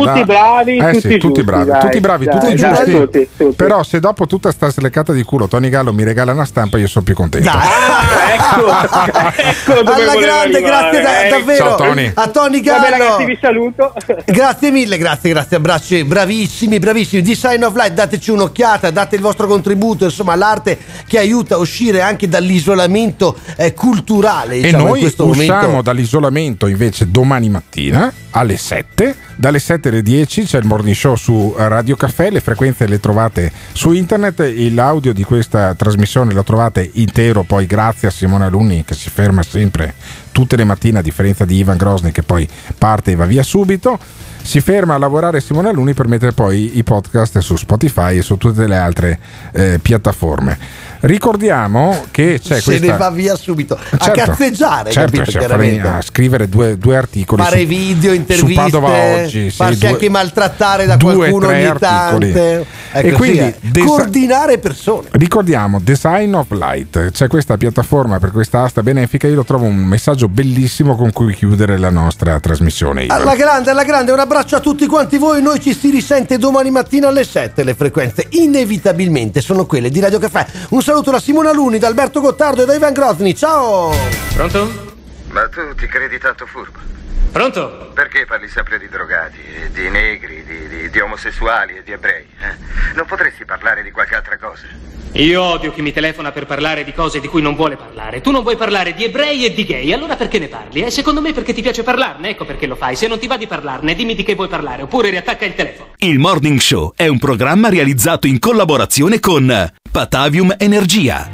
tutti bravi, tutti giusti. Però se dopo tutta sta sleccata di culo Tony Gallo mi regala una stampa, io sono più contento. Ecco alla grande, grazie davvero. Ciao, Tony. A Tony Gallo. Vabbè, ragazzi, vi saluto. Grazie mille, grazie, abbracci, bravissimi. Design of Light, dateci un'occhiata, date il vostro contributo, insomma, all'arte che aiuta a uscire anche dall'isolamento culturale. Diciamo, e noi in questo usciamo dall'isolamento invece domani mattina alle 7, dalle 7 alle 10 c'è il Morning Show su Radio Caffè, le frequenze le trovate su internet, l'audio di questa trasmissione lo trovate intero, poi grazie a Simone Alunni che si ferma sempre tutte le mattine, a differenza di Ivan Grosny che poi parte e va via subito. Si ferma a lavorare Simone Alunni per mettere poi i podcast su Spotify e su tutte le altre piattaforme. Ricordiamo che c'è se ne va via subito a cazzeggiare, a scrivere due articoli, fare video, interviste, su Padova Oggi, farsi anche maltrattare da qualcuno ogni tanto, e quindi coordinare persone. Ricordiamo Design of Light, c'è questa piattaforma per questa asta benefica. Io lo trovo un messaggio bellissimo con cui chiudere la nostra trasmissione. Alla grande, un abbraccio a tutti quanti voi. Noi ci si risente domani mattina alle 7. Le frequenze inevitabilmente sono quelle di Radio Caffè. Un saluto da Simone Alunni, da Alberto Gottardo e da Ivan Grosny. Ciao. Pronto? Ma tu ti credi tanto furbo? Pronto? Perché parli sempre di drogati, di negri, di omosessuali e di ebrei? Non potresti parlare di qualche altra cosa? Io odio chi mi telefona per parlare di cose di cui non vuole parlare. Tu non vuoi parlare di ebrei e di gay, allora perché ne parli? Secondo me perché ti piace parlarne, ecco perché lo fai. Se non ti va di parlarne, dimmi di che vuoi parlare, oppure riattacca il telefono. Il Morning Show è un programma realizzato in collaborazione con Patavium Energia.